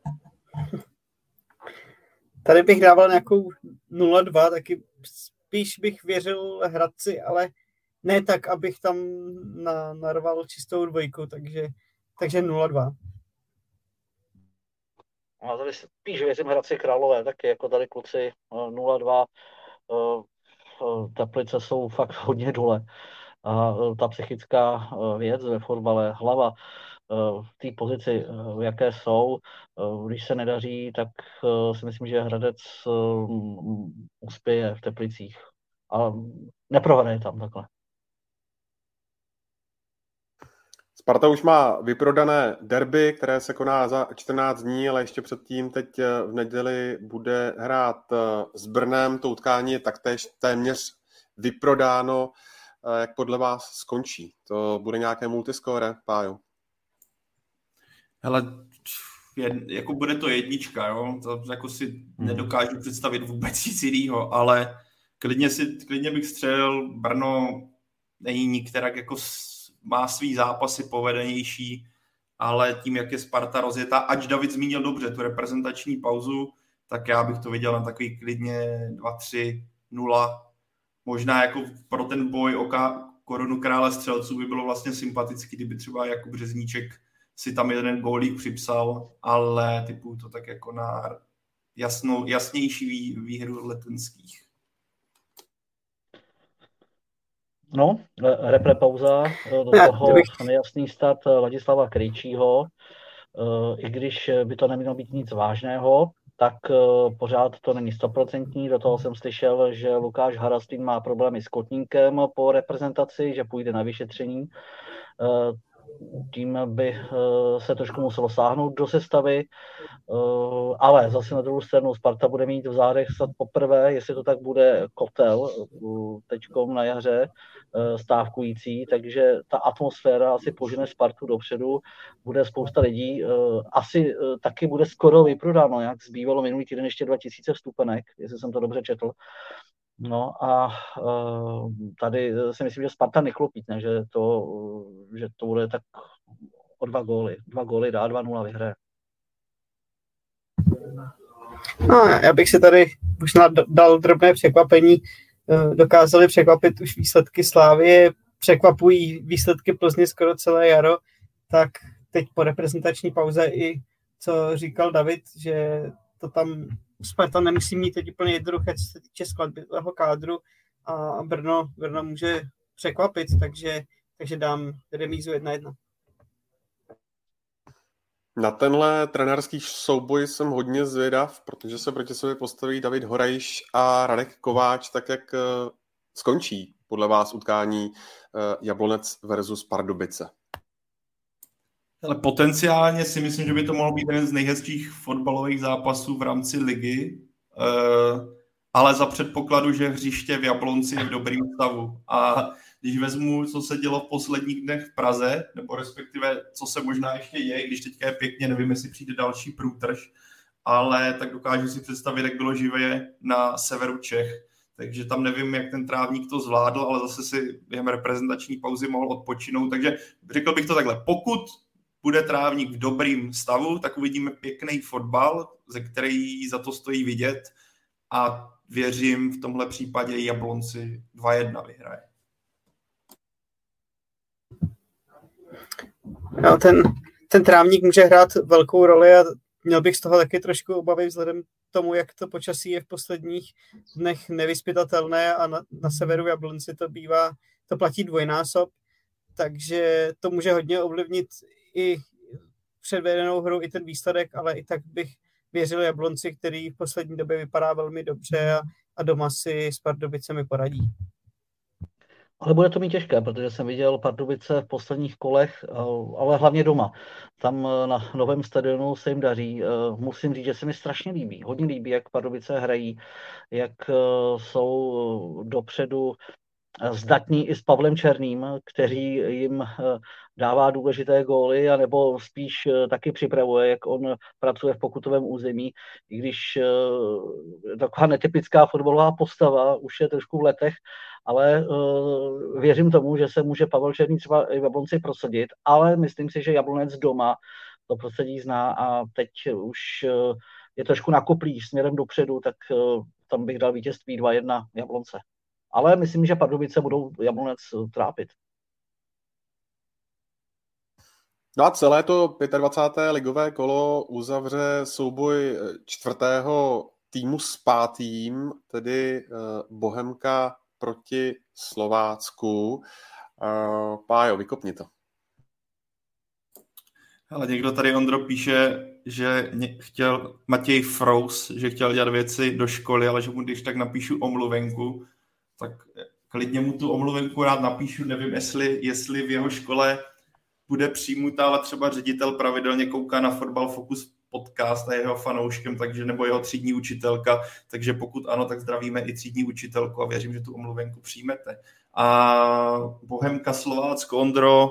Tady bych dával nějakou 0-2, taky spíš bych věřil Hradci, ale ne tak, abych tam narval čistou 2, takže 0-2. A tady spíš věřím Hradci Králové, taky jako tady kluci 0-2. Teplice jsou fakt hodně dole. A ta psychická věc ve fotbale, hlava v té pozici, v jaké jsou, když se nedaří, tak si myslím, že Hradec uspěje v Teplicích. Ale neprohraje tam takhle. Sparta už má vyprodané derby, které se koná za 14 dní, ale ještě předtím teď v neděli bude hrát s Brnem. To utkání je taktéž téměř vyprodáno. Jak podle vás skončí? To bude nějaké multiskóre, Pájo? Hele, jako bude to 1, jo? To jako si nedokážu představit vůbec nic jinýho, ale klidně bych střelil. Brno není nikterak jako má svý zápasy povedenější, ale tím, jak je Sparta rozjetá, ač David zmínil dobře tu reprezentační pauzu, tak já bych to viděl na takový klidně 2-3-0. Možná jako pro ten boj o korunu krále střelců by bylo vlastně sympatický, kdyby třeba Jakub Řezníček si tam jeden gólík připsal, ale typu to tak jako na jasnější výhru Letenských. No, repre pauza, do toho nejasný start Ladislava Krejčího. I když by to nemělo být nic vážného, tak pořád to není 100%. Do toho jsem slyšel, že Lukáš Harastin má problémy s kotníkem po reprezentaci, že půjde na vyšetření. Tím by se trošku muselo sáhnout do sestavy, ale zase na druhou stranu Sparta bude mít v zádech snad poprvé, jestli to tak bude Kotel teďkom na jaře stávkující, takže ta atmosféra asi požene Spartu dopředu, bude spousta lidí, asi taky bude skoro vyprodáno, jak zbývalo minulý týden ještě 2000 vstupenek, jestli jsem to dobře četl. No a tady si myslím, že Sparta neklopítne, že to bude tak o 2 góly. 2 góly dá, 2-0 vyhraje. No, já bych si tady možná dal drobné překvapení. Dokázali překvapit už výsledky Slávie, překvapují výsledky Plzně skoro celé jaro, tak teď po reprezentační pauze i co říkal David, že to tam Sparta nemusí mít teď úplně jednoduché, co se týče skladbového kádru a Brno může překvapit, takže dám remízu 1-1. Na tenhle trenérský souboj jsem hodně zvědav, protože se proti sobě postaví David Horejš a Radek Kováč, tak jak skončí podle vás utkání Jablonec versus Pardubice? Ale potenciálně si myslím, že by to mohl být jeden z nejhezčích fotbalových zápasů v rámci ligy, ale za předpokladu, že hřiště v Jablonci je v dobrým stavu. A když vezmu, co se dělo v posledních dnech v Praze, nebo respektive, co se možná ještě je, když teďka je pěkně, nevím, jestli přijde další průtrž, ale tak dokážu si představit, jak bylo živé na severu Čech. Takže tam nevím, jak ten trávník to zvládl, ale zase si během reprezentační pauzy mohl odpočinout. Takže řekl bych to takhle, pokud bude trávník v dobrým stavu, tak uvidíme pěkný fotbal, ze který za to stojí vidět a věřím v tomhle případě Jablonci 2-1 vyhraje. No, ten trávník může hrát velkou roli a měl bych z toho taky trošku obavy vzhledem k tomu, jak to počasí je v posledních dnech nevyzpytatelné a na severu Jablonci to platí dvojnásob, takže to může hodně ovlivnit i předvedenou hru, i ten výsledek, ale i tak bych věřil Jablonci, který v poslední době vypadá velmi dobře a doma si s Pardubicemi poradí. Ale bude to mít těžké, protože jsem viděl Pardubice v posledních kolech, ale hlavně doma. Tam na novém stadionu se jim daří. Musím říct, že se mi strašně líbí. Hodně líbí, jak Pardubice hrají, jak jsou dopředu zdatní i s Pavlem Černým, který jim dává důležité góly, anebo spíš taky připravuje, jak on pracuje v pokutovém území, i když taková netypická fotbalová postava, už je trošku v letech, ale věřím tomu, že se může Pavel Černý třeba i v Jablonci prosadit, ale myslím si, že Jablonec doma to prostředí zná a teď už je trošku nakoplý směrem dopředu, tak tam bych dal vítězství 2-1 Jablonce. Ale myslím, že Pardubice budou Jablonec trápit. No a celé to 25. ligové kolo uzavře souboj 4. týmu s 5., tedy Bohemka proti Slovácku. Pájo, vykopni to. Ale někdo tady, Ondro, píše, že chtěl Matěj Frous, že chtěl dělat věci do školy, ale že mu když tak napíšu omluvenku, tak klidně mu tu omluvenku rád napíšu. Nevím, jestli v jeho škole bude přijmutá, ale třeba ředitel pravidelně kouká na Fotbal Focus podcast a je jeho fanouškem, takže nebo jeho třídní učitelka, takže pokud ano, tak zdravíme i třídní učitelku a věřím, že tu omluvenku přijmete. A Bohemka Slovácko, Ondro,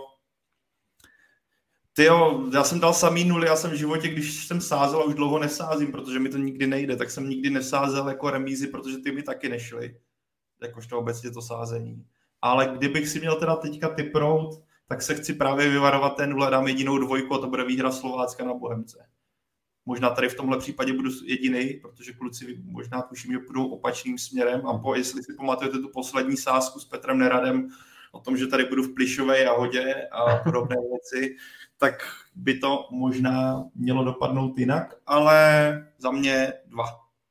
tyjo, já jsem dal samý nuly, já jsem v životě, když jsem sázel a už dlouho nesázím, protože mi to nikdy nejde, tak jsem nikdy nesázel jako remízy, protože ty mi taky nešly, jakožto obecně to sázení. Ale kdybych si měl teda teďka tipnout, tak se chci právě vyvarovat té nule, dám jedinou 2 a to bude výhra Slovácka na Bohemce. Možná tady v tomhle případě budu jediný, protože kluci možná tuším, že půjdou opačným směrem a jestli si pamatujete tu poslední sázku s Petrem Neradem o tom, že tady budu v Plišové Jahodě a podobné věci, tak by to možná mělo dopadnout jinak, ale za mě 2.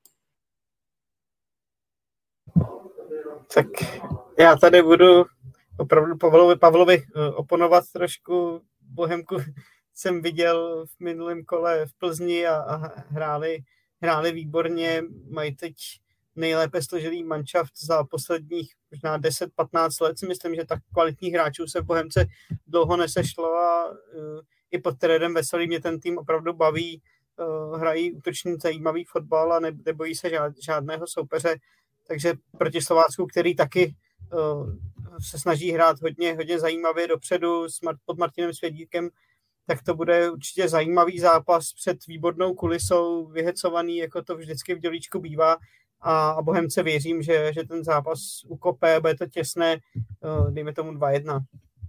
Tak já tady budu opravdu Pavlovi oponovat trošku. Bohemku jsem viděl v minulém kole v Plzni a hráli výborně. Mají teď nejlépe složený manšaft za posledních možná 10-15 let. Si myslím, že tak kvalitních hráčů se v Bohemce dlouho nesešlo a i pod trenérem Veselý mě ten tým opravdu baví. Hrají útočný zajímavý fotbal a nebojí se žádného soupeře. Takže proti Slovácku, který taky se snaží hrát hodně zajímavě dopředu pod Martinem Svědíkem, tak to bude určitě zajímavý zápas před výbornou kulisou, vyhecovaný, jako to vždycky v Dělíčku bývá. A Bohemce věřím, že ten zápas ukope, bude to těsné, dejme tomu 2-1.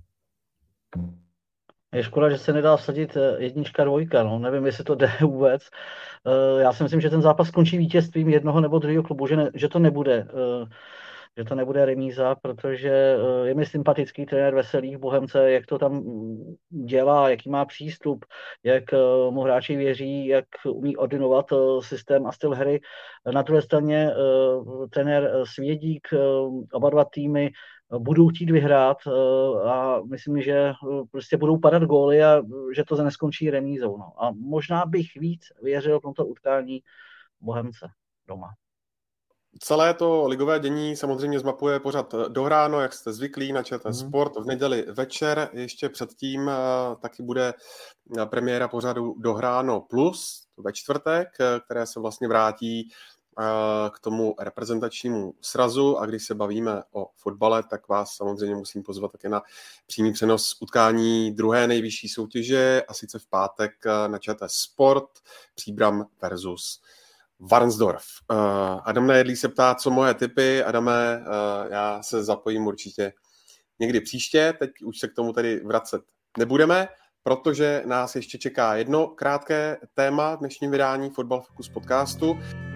Je škoda, že se nedá vsadit 1-2, no. Nevím, jestli to jde vůbec. Já si myslím, že ten zápas skončí vítězstvím jednoho nebo druhého klubu, že to nebude remíza, protože je mi sympatický trenér Veselý v Bohemce, jak to tam dělá, jaký má přístup, jak mu hráči věří, jak umí ordinovat systém a styl hry. Na druhé straně trenér Svědík, oba dva týmy budou chtít vyhrát a myslím, že prostě budou padat góly a že to neskončí remízou. No. A možná bych víc věřil v tomto utkání Bohemce doma. Celé to ligové dění samozřejmě zmapuje pořad Dohráno, jak jste zvyklí na ČT Sport v neděli večer. Ještě předtím taky bude premiéra pořadu Dohráno Plus ve čtvrtek, které se vlastně vrátí k tomu reprezentačnímu srazu a když se bavíme o fotbale, tak vás samozřejmě musím pozvat také na přímý přenos utkání druhé nejvyšší soutěže a sice v pátek na ČT Sport Příbram versus Varnsdorf. Adam Nejedlý se ptá, co moje tipy. Adame, já se zapojím určitě někdy příště, teď už se k tomu tedy vracet nebudeme, protože nás ještě čeká jedno krátké téma v dnešním vydání Fotbal Focus podcastu.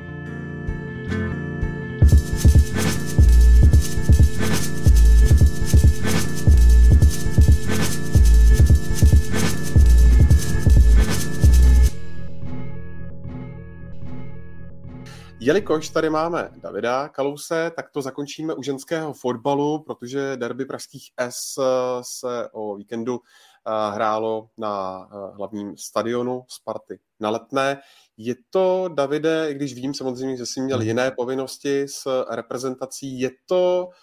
Jelikož tady máme Davida Kalouse, tak to zakončíme u ženského fotbalu, protože derby pražských S se o víkendu hrálo na hlavním stadionu Sparty na Letné. Je to, Davide, i když vím samozřejmě, že jsi měl jiné povinnosti s reprezentací, je to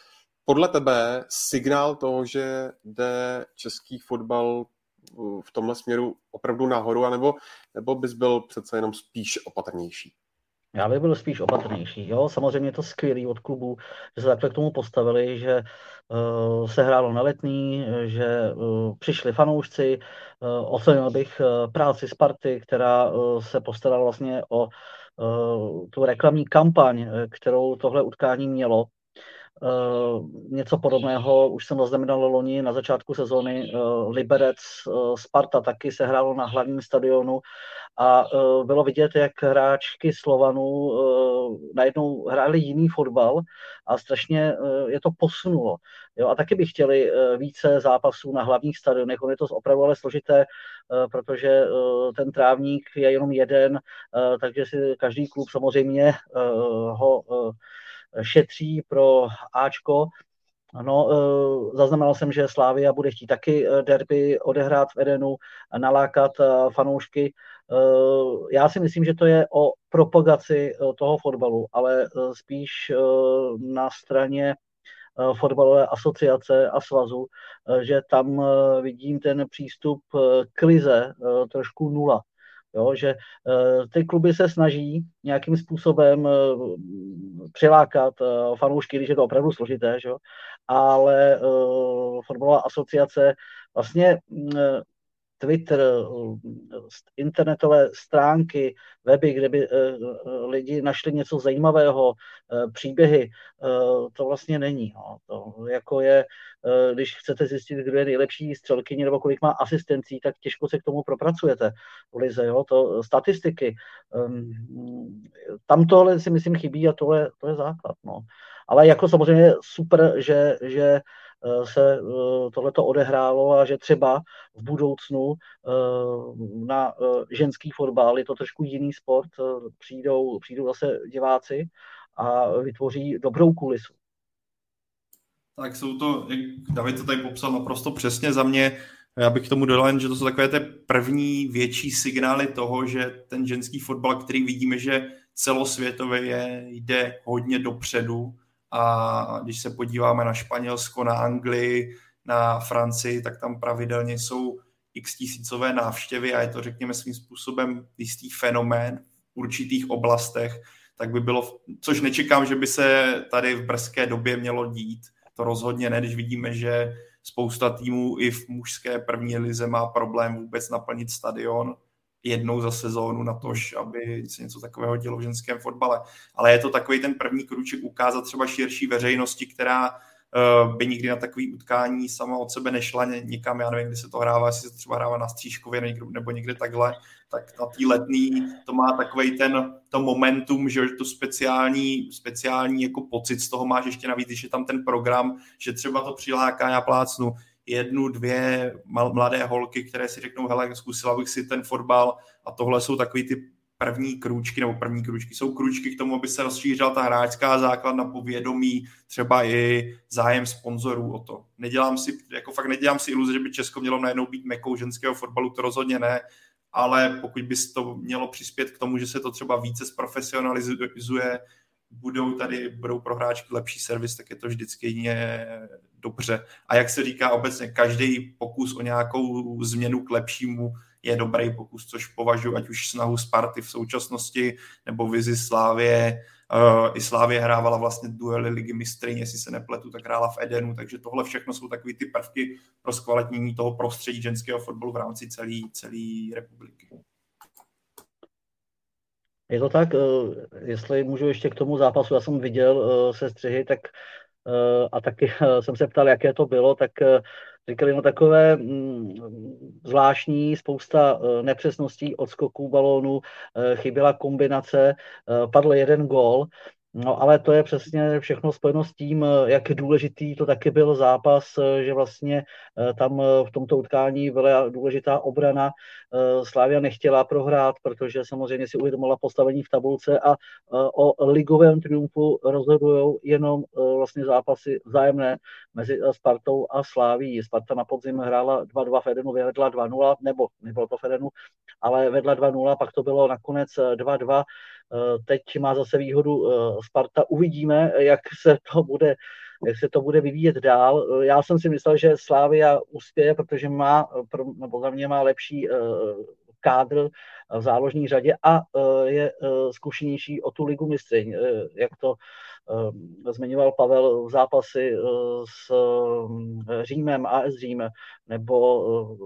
podle tebe signál toho, že jde český fotbal v tomhle směru opravdu nahoru, nebo bys byl přece jenom spíš opatrnější? Já bych byl spíš opatrnější. Jo? Samozřejmě je to skvělý od klubu, že se takhle k tomu postavili, že se hrálo na Letný, že přišli fanoušci. Ocenil bych práci Sparty, která se postarala vlastně o tu reklamní kampaň, kterou tohle utkání mělo. Něco podobného už jsem zaznamenal loni na začátku sezóny. Liberec Sparta taky se hrálo na hlavním stadionu a bylo vidět, jak hráčky Slovanu najednou hráli jiný fotbal a strašně je to posunulo. Jo, a taky by chtěli více zápasů na hlavních stadionech. On je to opravdu ale složité, protože ten trávník je jenom jeden, takže si každý klub samozřejmě ho šetří pro Ačko. No, zaznamenal jsem, že Slavia bude chtít taky derby odehrát v Edenu, nalákat fanoušky. Já si myslím, že to je o propagaci toho fotbalu, ale spíš na straně fotbalové asociace a svazu, že tam vidím ten přístup k lize trošku nula. Jo, že ty kluby se snaží nějakým způsobem přilákat fanoušky, když je to opravdu složité, že? Ale fotbalová asociace vlastně Twitter, internetové stránky, weby, kde by lidi našli něco zajímavého, příběhy, to vlastně není. No. To jako je, když chcete zjistit, kdo je nejlepší střelkyně nebo kolik má asistencí, tak těžko se k tomu propracujete v lize. Jo. To statistiky. Tam tohle si myslím chybí a to je základ. No. Ale jako samozřejmě super, že se tohleto odehrálo a že třeba v budoucnu na ženský fotbal, je to trošku jiný sport, přijdou zase diváci a vytvoří dobrou kulisu. Tak jsou to, jak David to tady popsal naprosto přesně za mě, já bych k tomu dodal, že to jsou takové ty první větší signály toho, že ten ženský fotbal, který vidíme, že celosvětově jde hodně dopředu, a když se podíváme na Španělsko, na Anglii, na Francii, tak tam pravidelně jsou x tisícové návštěvy a je to, řekněme, svým způsobem jistý fenomén v určitých oblastech, tak by bylo, což nečekám, že by se tady v brzké době mělo dít. To rozhodně ne, když vidíme, že spousta týmů i v mužské první lize má problém vůbec naplnit stadion jednou za sezónu na to, aby se něco takového dělo v ženském fotbale. Ale je to takový ten první krůček ukázat třeba širší veřejnosti, která by nikdy na takový utkání sama od sebe nešla někam, já nevím, kde se to hrává, jestli se to třeba hrává na Stříškově nebo někde takhle, tak na té Letný to má takovej to momentum, že to speciální jako pocit z toho máš ještě navíc, když je tam ten program, že třeba to přiláká, já plácnu, 1, 2 mladé holky, které si řeknou, hele, zkusila bych si ten fotbal a tohle jsou takový ty první krůčky jsou krůčky k tomu, aby se rozšířila ta hráčská základna povědomí, třeba i zájem sponzorů o to. Nedělám si iluze, že by Česko mělo najednou být mekou ženského fotbalu, to rozhodně ne, ale pokud by to mělo přispět k tomu, že se to třeba více zprofesionalizuje, budou pro hráčky lepší servis, tak je to vždycky dobře. A jak se říká obecně, každý pokus o nějakou změnu k lepšímu je dobrý pokus, což považuji, ať už snahu Sparty v současnosti, nebo vizi Slavie. I Slavie hrávala vlastně duely ligy mistryň, jestli se nepletu, tak hrála v Edenu, takže tohle všechno jsou takový ty prvky pro zkvalitnění toho prostředí ženského fotbalu v rámci celé republiky. Je to tak, jestli můžu ještě k tomu zápasu, já jsem viděl sestřihy, tak a taky jsem se ptal, jaké to bylo, tak říkali, no takové zvláštní, spousta nepřesností, odskoků balónu, chyběla kombinace, padl jeden gól, no ale to je přesně všechno spojeno s tím, jak důležitý to taky byl zápas, že vlastně tam v tomto utkání byla důležitá obrana. Slavia nechtěla prohrát, protože samozřejmě si uvědomila postavení v tabulce a o ligovém triumfu rozhodují jenom vlastně zápasy vzájemné mezi Spartou a Slavií. Sparta na podzim hrála 2-2 v Edenu, vedla 2-0, nebo nebylo to v Edenu, ale vedla 2-0, pak to bylo nakonec 2-2. Teď má zase výhodu Sparta. Uvidíme, jak se to bude jak se to bude vyvíjet dál. Já jsem si myslel, že Slavia uspěje, protože za mě má lepší kádr v záložní řadě a je zkušenější o tu ligu mistryň, jak to zmiňoval Pavel v zápasy s Římem, AS Řím, nebo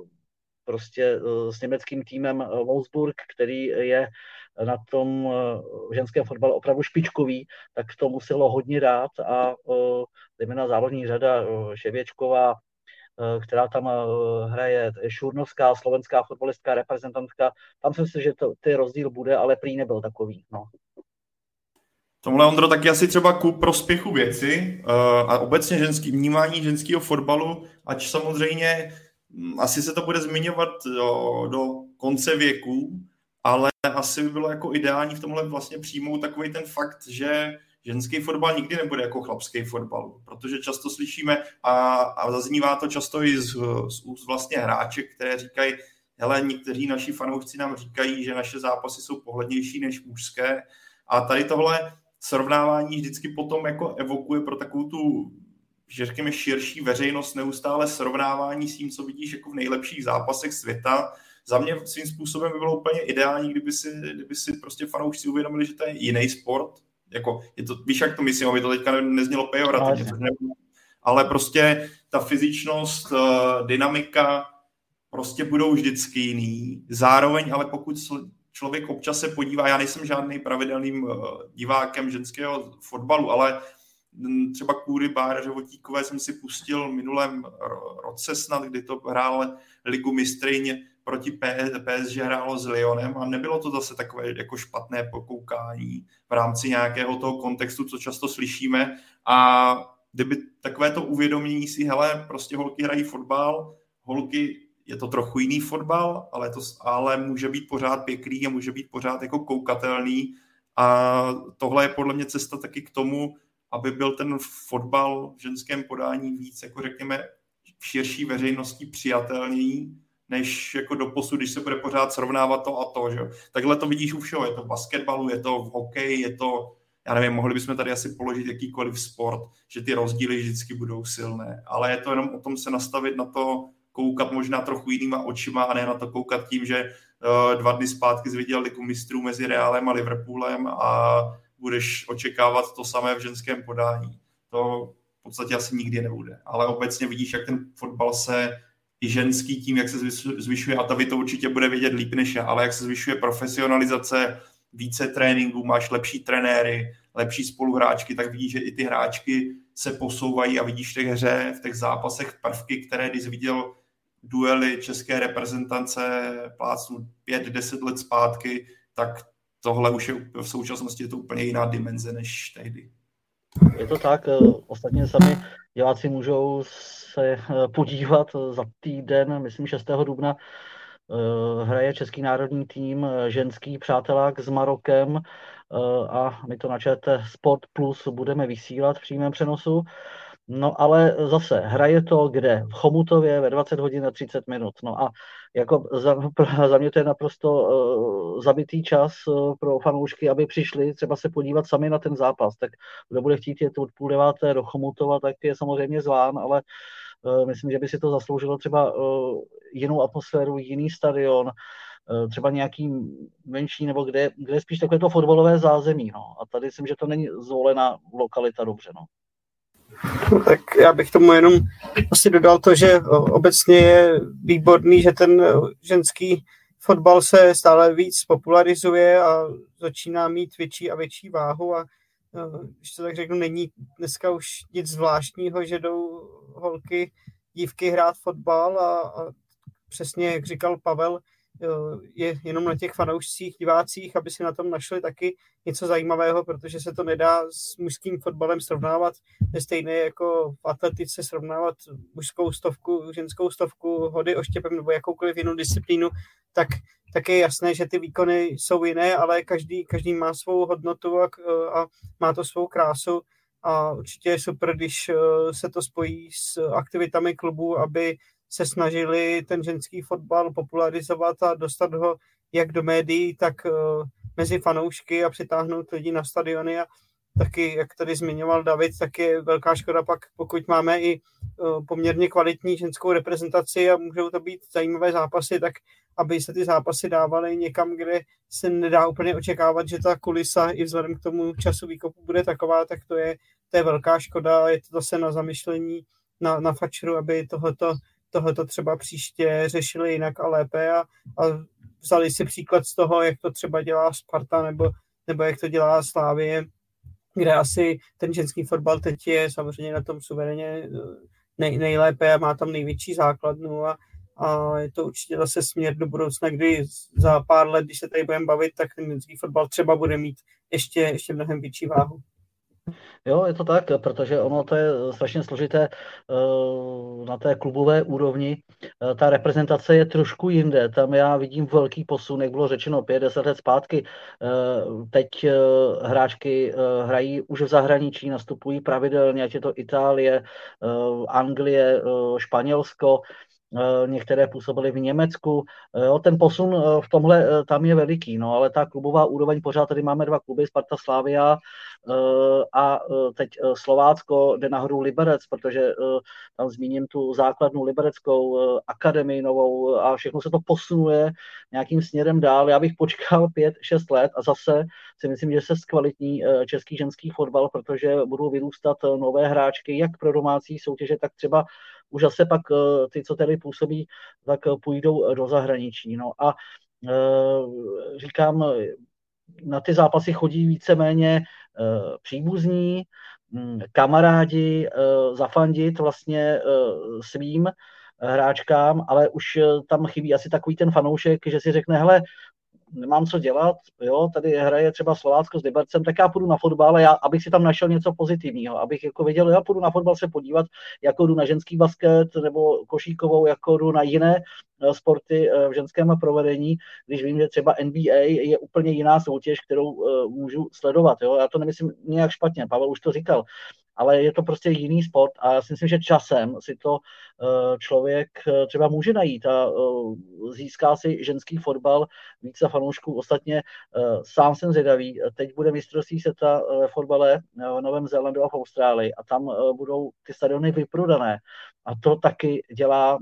prostě s německým týmem Wolfsburg, který je na tom ženském fotbale opravdu špičkový, tak to muselo hodně dát a zejména záložní řada Ševěčková, která tam hraje, Šurnovská, slovenská fotbalistka, reprezentantka, tam si myslím, že ty rozdíl bude, ale prý nebyl takový. No. Tomhle, Ondro, taky asi třeba ku prospěchu věci a obecně vnímání ženského fotbalu, ať samozřejmě asi se to bude zmiňovat do konce věku, ale asi by bylo jako ideální v tomhle vlastně přijmout takový ten fakt, že ženský fotbal nikdy nebude jako chlapský fotbal, protože často slyšíme a zaznívá to často i z úst vlastně hráček, které říkají, hele, někteří naši fanoušci nám říkají, že naše zápasy jsou pohlednější než mužské a tady tohle srovnávání vždycky potom jako evokuje pro takovou tu, že řekněme, širší veřejnost neustále srovnávání s tím, co vidíš jako v nejlepších zápasech světa. Za mě svým způsobem by bylo úplně ideální, kdyby si prostě fanoušci uvědomili, že to je jiný sport. Jako, víš, jak to myslím, aby to teďka neznělo pejorativně, ale prostě ta fyzičnost, dynamika prostě budou vždycky jiný. Zároveň, ale pokud člověk občas se podívá, já nejsem žádný pravidelným divákem ženského fotbalu, ale třeba kvůli Báře Řevotíkové jsem si pustil minulém roce snad, kdy to hrál Ligu mistryň proti PSG hrálo s Lyonem a nebylo to zase takové jako špatné pokoukání v rámci nějakého toho kontextu, co často slyšíme a kdyby takové to uvědomění si, hele, prostě holky hrají fotbal, holky, je to trochu jiný fotbal, ale může být pořád pěkný a může být pořád jako koukatelný a tohle je podle mě cesta taky k tomu, aby byl ten fotbal v ženském podání víc, jako řekněme, v širší veřejnosti přijatelný, než jako doposud, když se bude pořád srovnávat to a to, že jo. Takhle to vidíš u všeho, je to v basketbalu, je to v hokeji, je to, já nevím, mohli bychom tady asi položit jakýkoliv sport, že ty rozdíly vždycky budou silné, ale je to jenom o tom se nastavit na to, koukat možná trochu jinýma očima a ne na to koukat tím, že 2 dny zpátky jsi viděl Ligu mistrů mezi Realem a Liverpoolem a budeš očekávat to samé v ženském podání. To v podstatě asi nikdy nebude. Ale obecně vidíš, jak ten fotbal se i ženský tím, jak se zvyšuje, a Tavi to určitě bude vědět líp než já, ale jak se zvyšuje profesionalizace, více tréninků, máš lepší trenéry, lepší spoluhráčky, tak vidíš, že i ty hráčky se posouvají a vidíš v té hře, v těch zápasech prvky, které když jsi viděl duely české reprezentace plácnu 5-10 let zpátky, tak tohle už je v současnosti je to úplně jiná dimenze než tehdy. Je to tak, ostatně sami diváci můžou se podívat za týden, myslím 6. dubna, hraje český národní tým ženský přátelák s Marokem a my to na ČT Sport Plus budeme vysílat v přímém přenosu. No ale zase, hraje to kde? V Chomutově ve 20 hodin a 30 minut. No a jako za mě to je naprosto zabitý čas pro fanoušky, aby přišli třeba se podívat sami na ten zápas. Tak kdo bude chtít jet od 8:30 do Chomutova, tak je samozřejmě zván, ale myslím, že by si to zasloužilo třeba jinou atmosféru, jiný stadion, třeba nějaký menší, nebo kde je spíš takové to fotbalové zázemí. No. A tady myslím, že to není zvolená lokalita dobře. No. Tak já bych tomu jenom asi dodal to, že obecně je výborný, že ten ženský fotbal se stále víc popularizuje a začíná mít větší a větší váhu a když to tak řeknu, není dneska už nic zvláštního, že jdou holky, dívky hrát fotbal a přesně, jak říkal Pavel, je jenom na těch fanoušcích, divácích, aby si na tom našli taky něco zajímavého, protože se to nedá s mužským fotbalem srovnávat. Je stejné jako v atletice srovnávat mužskou stovku, ženskou stovku, hody oštěpem nebo jakoukoliv jinou disciplínu, tak je jasné, že ty výkony jsou jiné, ale každý má svou hodnotu a má to svou krásu a určitě je super, když se to spojí s aktivitami klubů, aby se snažili ten ženský fotbal popularizovat a dostat ho jak do médií, tak mezi fanoušky a přitáhnout lidi na stadiony a taky, jak tady zmiňoval David, tak je velká škoda pak, pokud máme i poměrně kvalitní ženskou reprezentaci a můžou to být zajímavé zápasy, tak aby se ty zápasy dávaly někam, kde se nedá úplně očekávat, že ta kulisa i vzhledem k tomu času výkopu bude taková, tak to je velká škoda. Je to zase na zamyšlení na Fatscheru, aby tohleto třeba příště řešili jinak a lépe a vzali si příklad z toho, jak to třeba dělá Sparta nebo jak to dělá Slavie, kde asi ten ženský fotbal teď je samozřejmě na tom suverénně nejlépe a má tam největší základnu a je to určitě zase směr do budoucna, kdy za pár let, když se tady budeme bavit, tak ten ženský fotbal třeba bude mít ještě mnohem větší váhu. Jo, je to tak, protože ono to je strašně složité na té klubové úrovni. Ta reprezentace je trošku jinde. Tam já vidím velký posun, jak bylo řečeno 5-10 let zpátky. Teď hráčky hrají už v zahraničí, nastupují pravidelně, ať je to Itálie, Anglie, Španělsko. Některé působily v Německu. Ten posun v tomhle tam je veliký, no, ale ta klubová úroveň, pořád tady máme 2 kluby, Sparta, Slavia a teď Slovácko jde nahoru Liberec, protože tam zmíním tu základnu libereckou akademii novou a všechno se to posunuje nějakým směrem dál. Já bych počkal 5-6 let a zase si myslím, že se zkvalitní český ženský fotbal, protože budou vyrůstat nové hráčky, jak pro domácí soutěže, tak třeba už zase pak ty, co tady působí, tak půjdou do zahraničí. No a říkám, na ty zápasy chodí víceméně příbuzní, kamarádi, zafandit vlastně svým hráčkám, ale už tam chybí asi takový ten fanoušek, že si řekne, hele, nemám co dělat, jo, tady hraje třeba Slovácko s Libercem, tak já půjdu na fotbal, abych si tam našel něco pozitivního, abych jako věděl, já půjdu na fotbal se podívat, jako jdu na ženský basket nebo košíkovou, jako jdu na jiné sporty v ženském provedení, když vím, že třeba NBA je úplně jiná soutěž, kterou můžu sledovat, jo, já to nemyslím nějak špatně, Pavel už to říkal, ale je to prostě jiný sport a já si myslím, že časem si to člověk třeba může najít a získá si ženský fotbal více fanoušků. Ostatně sám jsem zvědavý, teď bude mistrovství světa ve fotbale v Novém Zélandu a v Austrálii a tam budou ty stadiony vyprodané a to taky dělá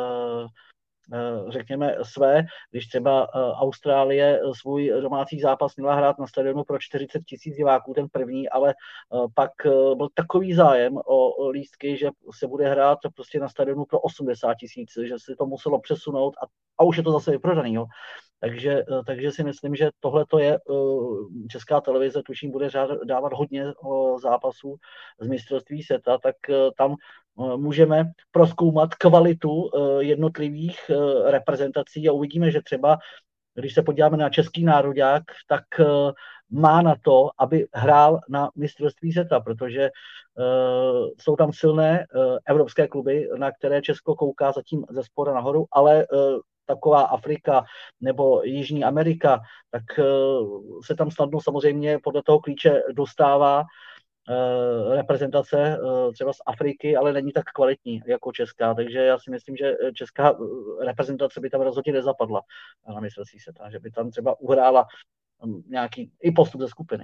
řekněme své, když třeba Austrálie svůj domácí zápas měla hrát na stadionu pro 40 000 diváků, ten první, ale pak byl takový zájem o lístky, že se bude hrát prostě na stadionu pro 80 000, že se to muselo přesunout a už je to zase vyprodaný. Jo. Takže si myslím, že tohle to je Česká televize, tuším, bude dávat hodně zápasů z mistrovství světa, tak tam můžeme prozkoumat kvalitu jednotlivých reprezentací a uvidíme, že třeba, když se podíváme na český nároďák, tak má na to, aby hrál na mistrovství světa, protože jsou tam silné evropské kluby, na které Česko kouká zatím ze spoda nahoru, ale taková Afrika nebo Jižní Amerika, tak se tam snadno samozřejmě podle toho klíče dostává reprezentace třeba z Afriky, ale není tak kvalitní jako česká, takže já si myslím, že česká reprezentace by tam rozhodně nezapadla na mistrovství světa, že by tam třeba uhrála nějaký i postup ze skupiny.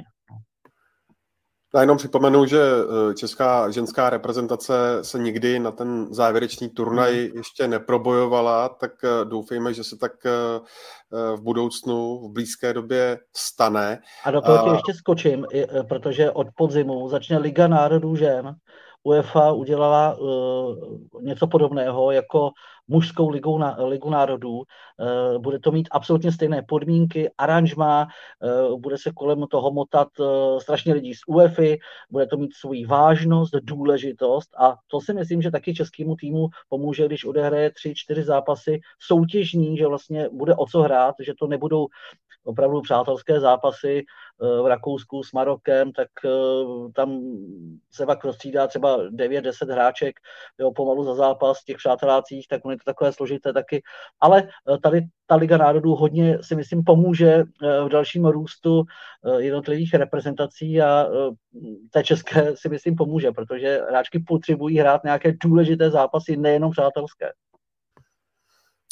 Já jenom připomenu, že česká ženská reprezentace se nikdy na ten závěrečný turnaj ještě neprobojovala, tak doufejme, že se tak v budoucnu, v blízké době stane. A do toho ještě skočím, protože od podzimu začne Liga národů žen. UEFA udělala něco podobného jako mužskou ligu národů. Bude to mít absolutně stejné podmínky, aranžma, bude se kolem toho motat strašně lidí z UEFA, bude to mít svoji vážnost, důležitost a to si myslím, že taky českému týmu pomůže, když odehraje 3-4 zápasy soutěžní, že vlastně bude o co hrát, že to nebudou opravdu přátelské zápasy v Rakousku s Marokem, tak tam se pak rozstřídá třeba 9-10 hráček, jo, pomalu za zápas v těch přátelácích, tak on je to takové složité taky. Ale tady ta Liga národů hodně si myslím pomůže v dalším růstu jednotlivých reprezentací a té české si myslím pomůže, protože hráčky potřebují hrát nějaké důležité zápasy, nejenom přátelské.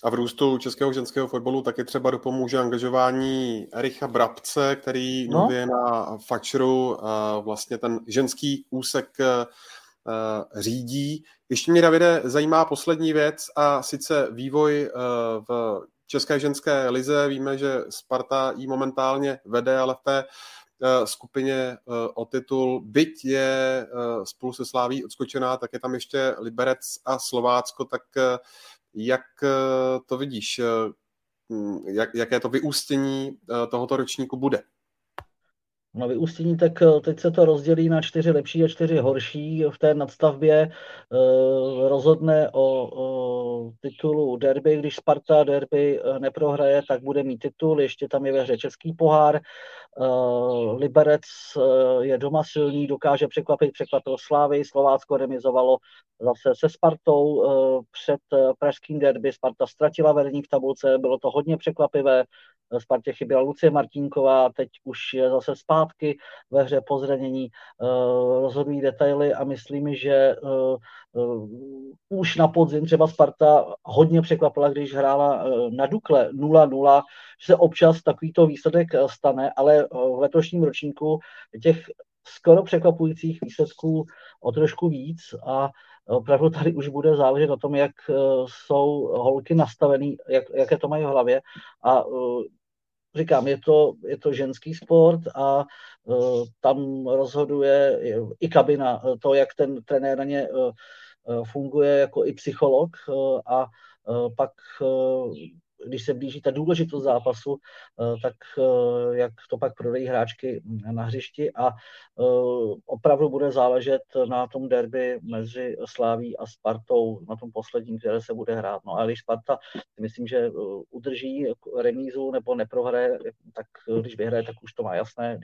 A v růstu českého ženského fotbalu taky třeba dopomůže angažování Ericha Brabce, který nově na Fatscheru vlastně ten ženský úsek řídí. Ještě mě, Davide, zajímá poslední věc a sice vývoj v české ženské lize. Víme, že Sparta ji momentálně vede, ale v té skupině o titul, byť je spolu se Slaví odskočená, tak je tam ještě Liberec a Slovácko, tak jak to vidíš? Jaké to vyústění tohoto ročníku bude? Na vyústění, tak teď se to rozdělí na 4 lepší a 4 horší. V té nadstavbě rozhodne o titulu derby. Když Sparta derby neprohraje, tak bude mít titul. Ještě tam je ve hře Český pohár. Liberec je doma silný, dokáže překvapil Slávy. Slovácko remizovalo zase se Spartou před pražským derby. Sparta ztratila vedení v tabulce, bylo to hodně překvapivé. Spartě chyběla Lucie Martínková, teď už je zase zpátky ve hře po zranění. Rozhodují detaily a myslím, že už na podzim třeba Sparta hodně překvapila, když hrála na Dukle 0-0, že se občas takovýto výsledek stane, ale v letošním ročníku těch skoro překvapujících výsledků o trošku víc a opravdu tady už bude záležet na tom, jak jsou holky nastavený, jaké to mají v hlavě a říkám, je to ženský sport a tam rozhoduje i kabina, to, jak ten trenér na ně funguje jako i psycholog a pak, když se blíží ta důležitost zápasu, tak jak to pak prodají hráčky na hřišti a opravdu bude záležet na tom derby mezi Slaví a Spartou, na tom posledním, které se bude hrát. No a když Sparta, myslím, že udrží remízu nebo neprohraje, tak když vyhraje, tak už to má jasné,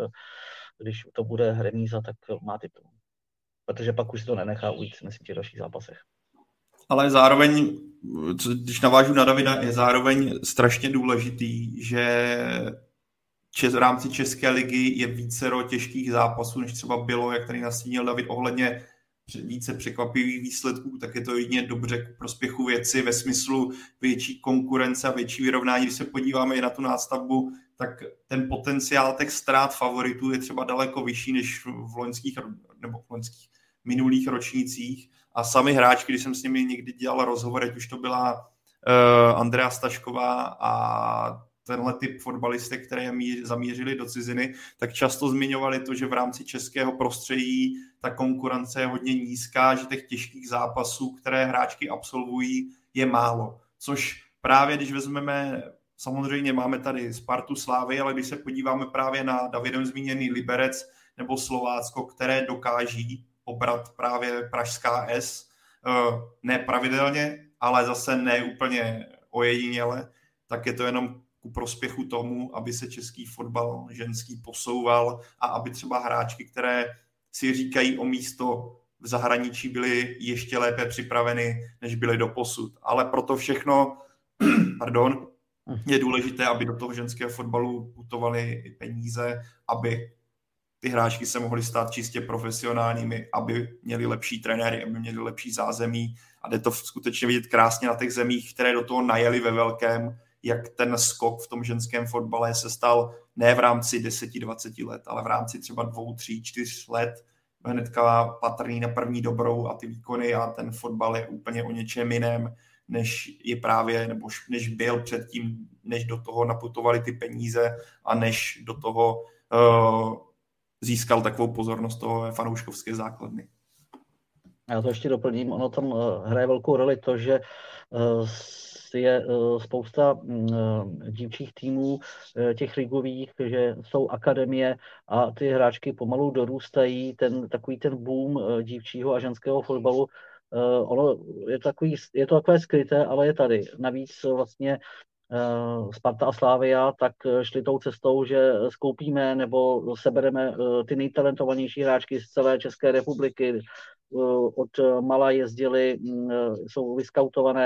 když to bude remíza, tak má titul. Protože pak už si to nenechá ujít, myslím, v těch dalších zápasech. Ale zároveň, když navážu na Davida, je zároveň strašně důležitý, že v rámci České ligy je vícero těžkých zápasů, než třeba bylo, jak tady nastínil David, ohledně více překvapivých výsledků, tak je to jedině dobře k prospěchu věci ve smyslu větší konkurence a větší vyrovnání. Když se podíváme i na tu nástavbu, tak ten potenciál těch ztrát favoritů je třeba daleko vyšší než v loňských minulých ročnících. A sami hráčky, když jsem s nimi někdy dělal rozhovor, ať už to byla Andrea Stašková a tenhle typ fotbalistek, které zamířili do ciziny, tak často zmiňovali to, že v rámci českého prostředí ta konkurence je hodně nízká, že těch těžkých zápasů, které hráčky absolvují, je málo. Což právě, když vezmeme, samozřejmě máme tady Spartu, Slávy, ale když se podíváme právě na Davidem zmíněný Liberec nebo Slovácko, které dokáží obrat právě pražská S, ne pravidelně, ale zase ne úplně ojediněle, tak je to jenom ku prospěchu tomu, aby se český fotbal ženský posouval a aby třeba hráčky, které si říkají o místo v zahraničí, byly ještě lépe připraveny, než byly doposud. Ale proto všechno, je důležité, aby do toho ženského fotbalu putovaly i peníze, aby ty hráčky se mohly stát čistě profesionálními, aby měli lepší trenéry, aby měli lepší zázemí a jde to skutečně vidět krásně na těch zemích, které do toho najeli ve velkém, jak ten skok v tom ženském fotbale se stal ne v rámci 10-20 let, ale v rámci třeba 2, 3, 4 let, hnedka patrný na první dobrou a ty výkony a ten fotbal je úplně o něčem jiném, než je právě, nebo než byl předtím, než do toho naputovali ty peníze a než do toho získal takovou pozornost toho fanouškovské základny. Já to ještě doplním, ono tam hraje velkou roli to, že je spousta dívčích týmů, těch ligových, že jsou akademie a ty hráčky pomalu dorůstají, takový ten boom dívčího a ženského fotbalu. Ono je to takové skryté, ale je tady. Navíc vlastně Sparta a Slavia tak šli tou cestou, že skoupíme nebo sebereme ty nejtalentovanější hráčky z celé České republiky. Od mala jezdili, jsou vyskautované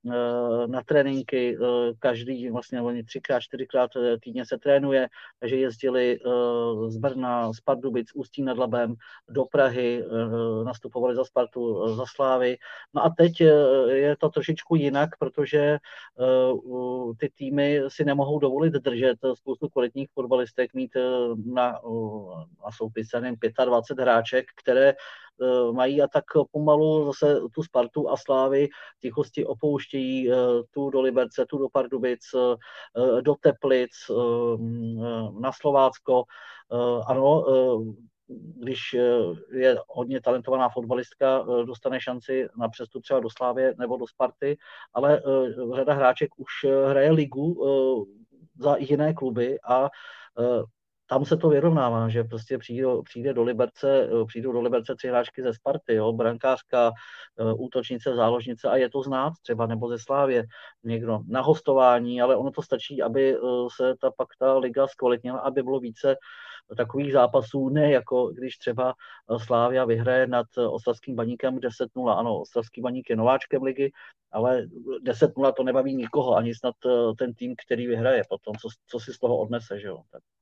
na tréninky, každý vlastně oni 3x, 4x týdně se trénuje, takže jezdili z Brna, z Pardubic, Ústí nad Labem do Prahy, nastupovali za Spartu, za Slávy. No a teď je to trošičku jinak, protože ty týmy si nemohou dovolit držet spoustu kvalitních fotbalistek, mít na soupisce 25 hráček, které mají a tak pomalu zase tu Spartu a Slávy tichosti opouštějí, tu do Liberce, tu do Pardubic, do Teplic, na Slovácko. Ano, když je hodně talentovaná fotbalistka, dostane šanci na přestup třeba do Slávy nebo do Sparty, ale řada hráček už hraje ligu za jiné kluby a tam se to vyrovnává, že prostě přijdou do Liberce 3 hráčky ze Sparty, jo, brankářka, útočnice, záložnice a je to znát třeba, nebo ze Slávě někdo na hostování, ale ono to stačí, aby se pak ta liga zkvalitnila, aby bylo více takových zápasů, ne jako když třeba Slavia vyhraje nad Ostravským Baníkem 10-0. Ano, Ostravský Baník je nováčkem ligy, ale 10-0 to nebaví nikoho, ani snad ten tým, který vyhraje potom, co si z toho odnese, že jo.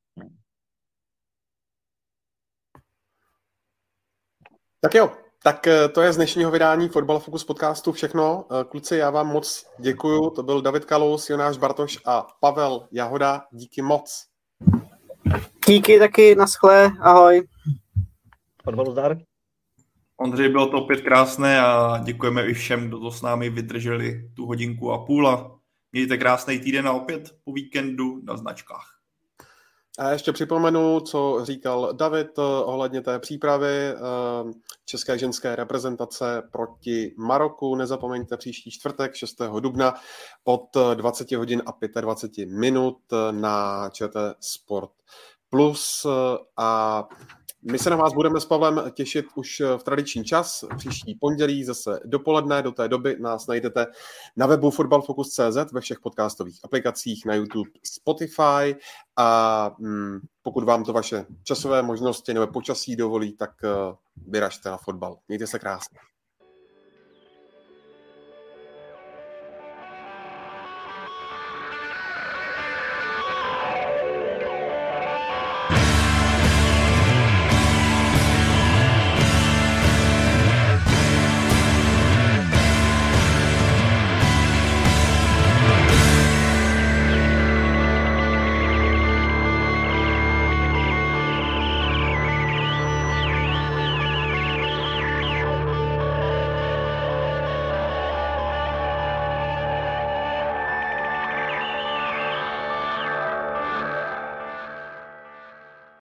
Tak jo, tak to je z dnešního vydání Fotbal Focus podcastu všechno. Kluci, já vám moc děkuju. To byl David Kalous, Jonáš Bartoš a Pavel Jahoda. Díky moc. Díky taky, naschle, ahoj. Fotbalu zdar. Ondřej, bylo to opět krásné a děkujeme i všem, kdo to s námi vydrželi tu 1,5 hodiny a mějte krásný týden a opět po víkendu na značkách. A ještě připomenu, co říkal David ohledně té přípravy české ženské reprezentace proti Maroku. Nezapomeňte příští čtvrtek 6. dubna od 20 hodin a 25 minut na ČT Sport Plus a my se na vás budeme s Pavlem těšit už v tradiční čas, příští pondělí zase dopoledne. Do té doby nás najdete na webu fotbalfocus.cz, ve všech podcastových aplikacích, na YouTube, Spotify a pokud vám to vaše časové možnosti nebo počasí dovolí, tak vyražte na fotbal. Mějte se krásně.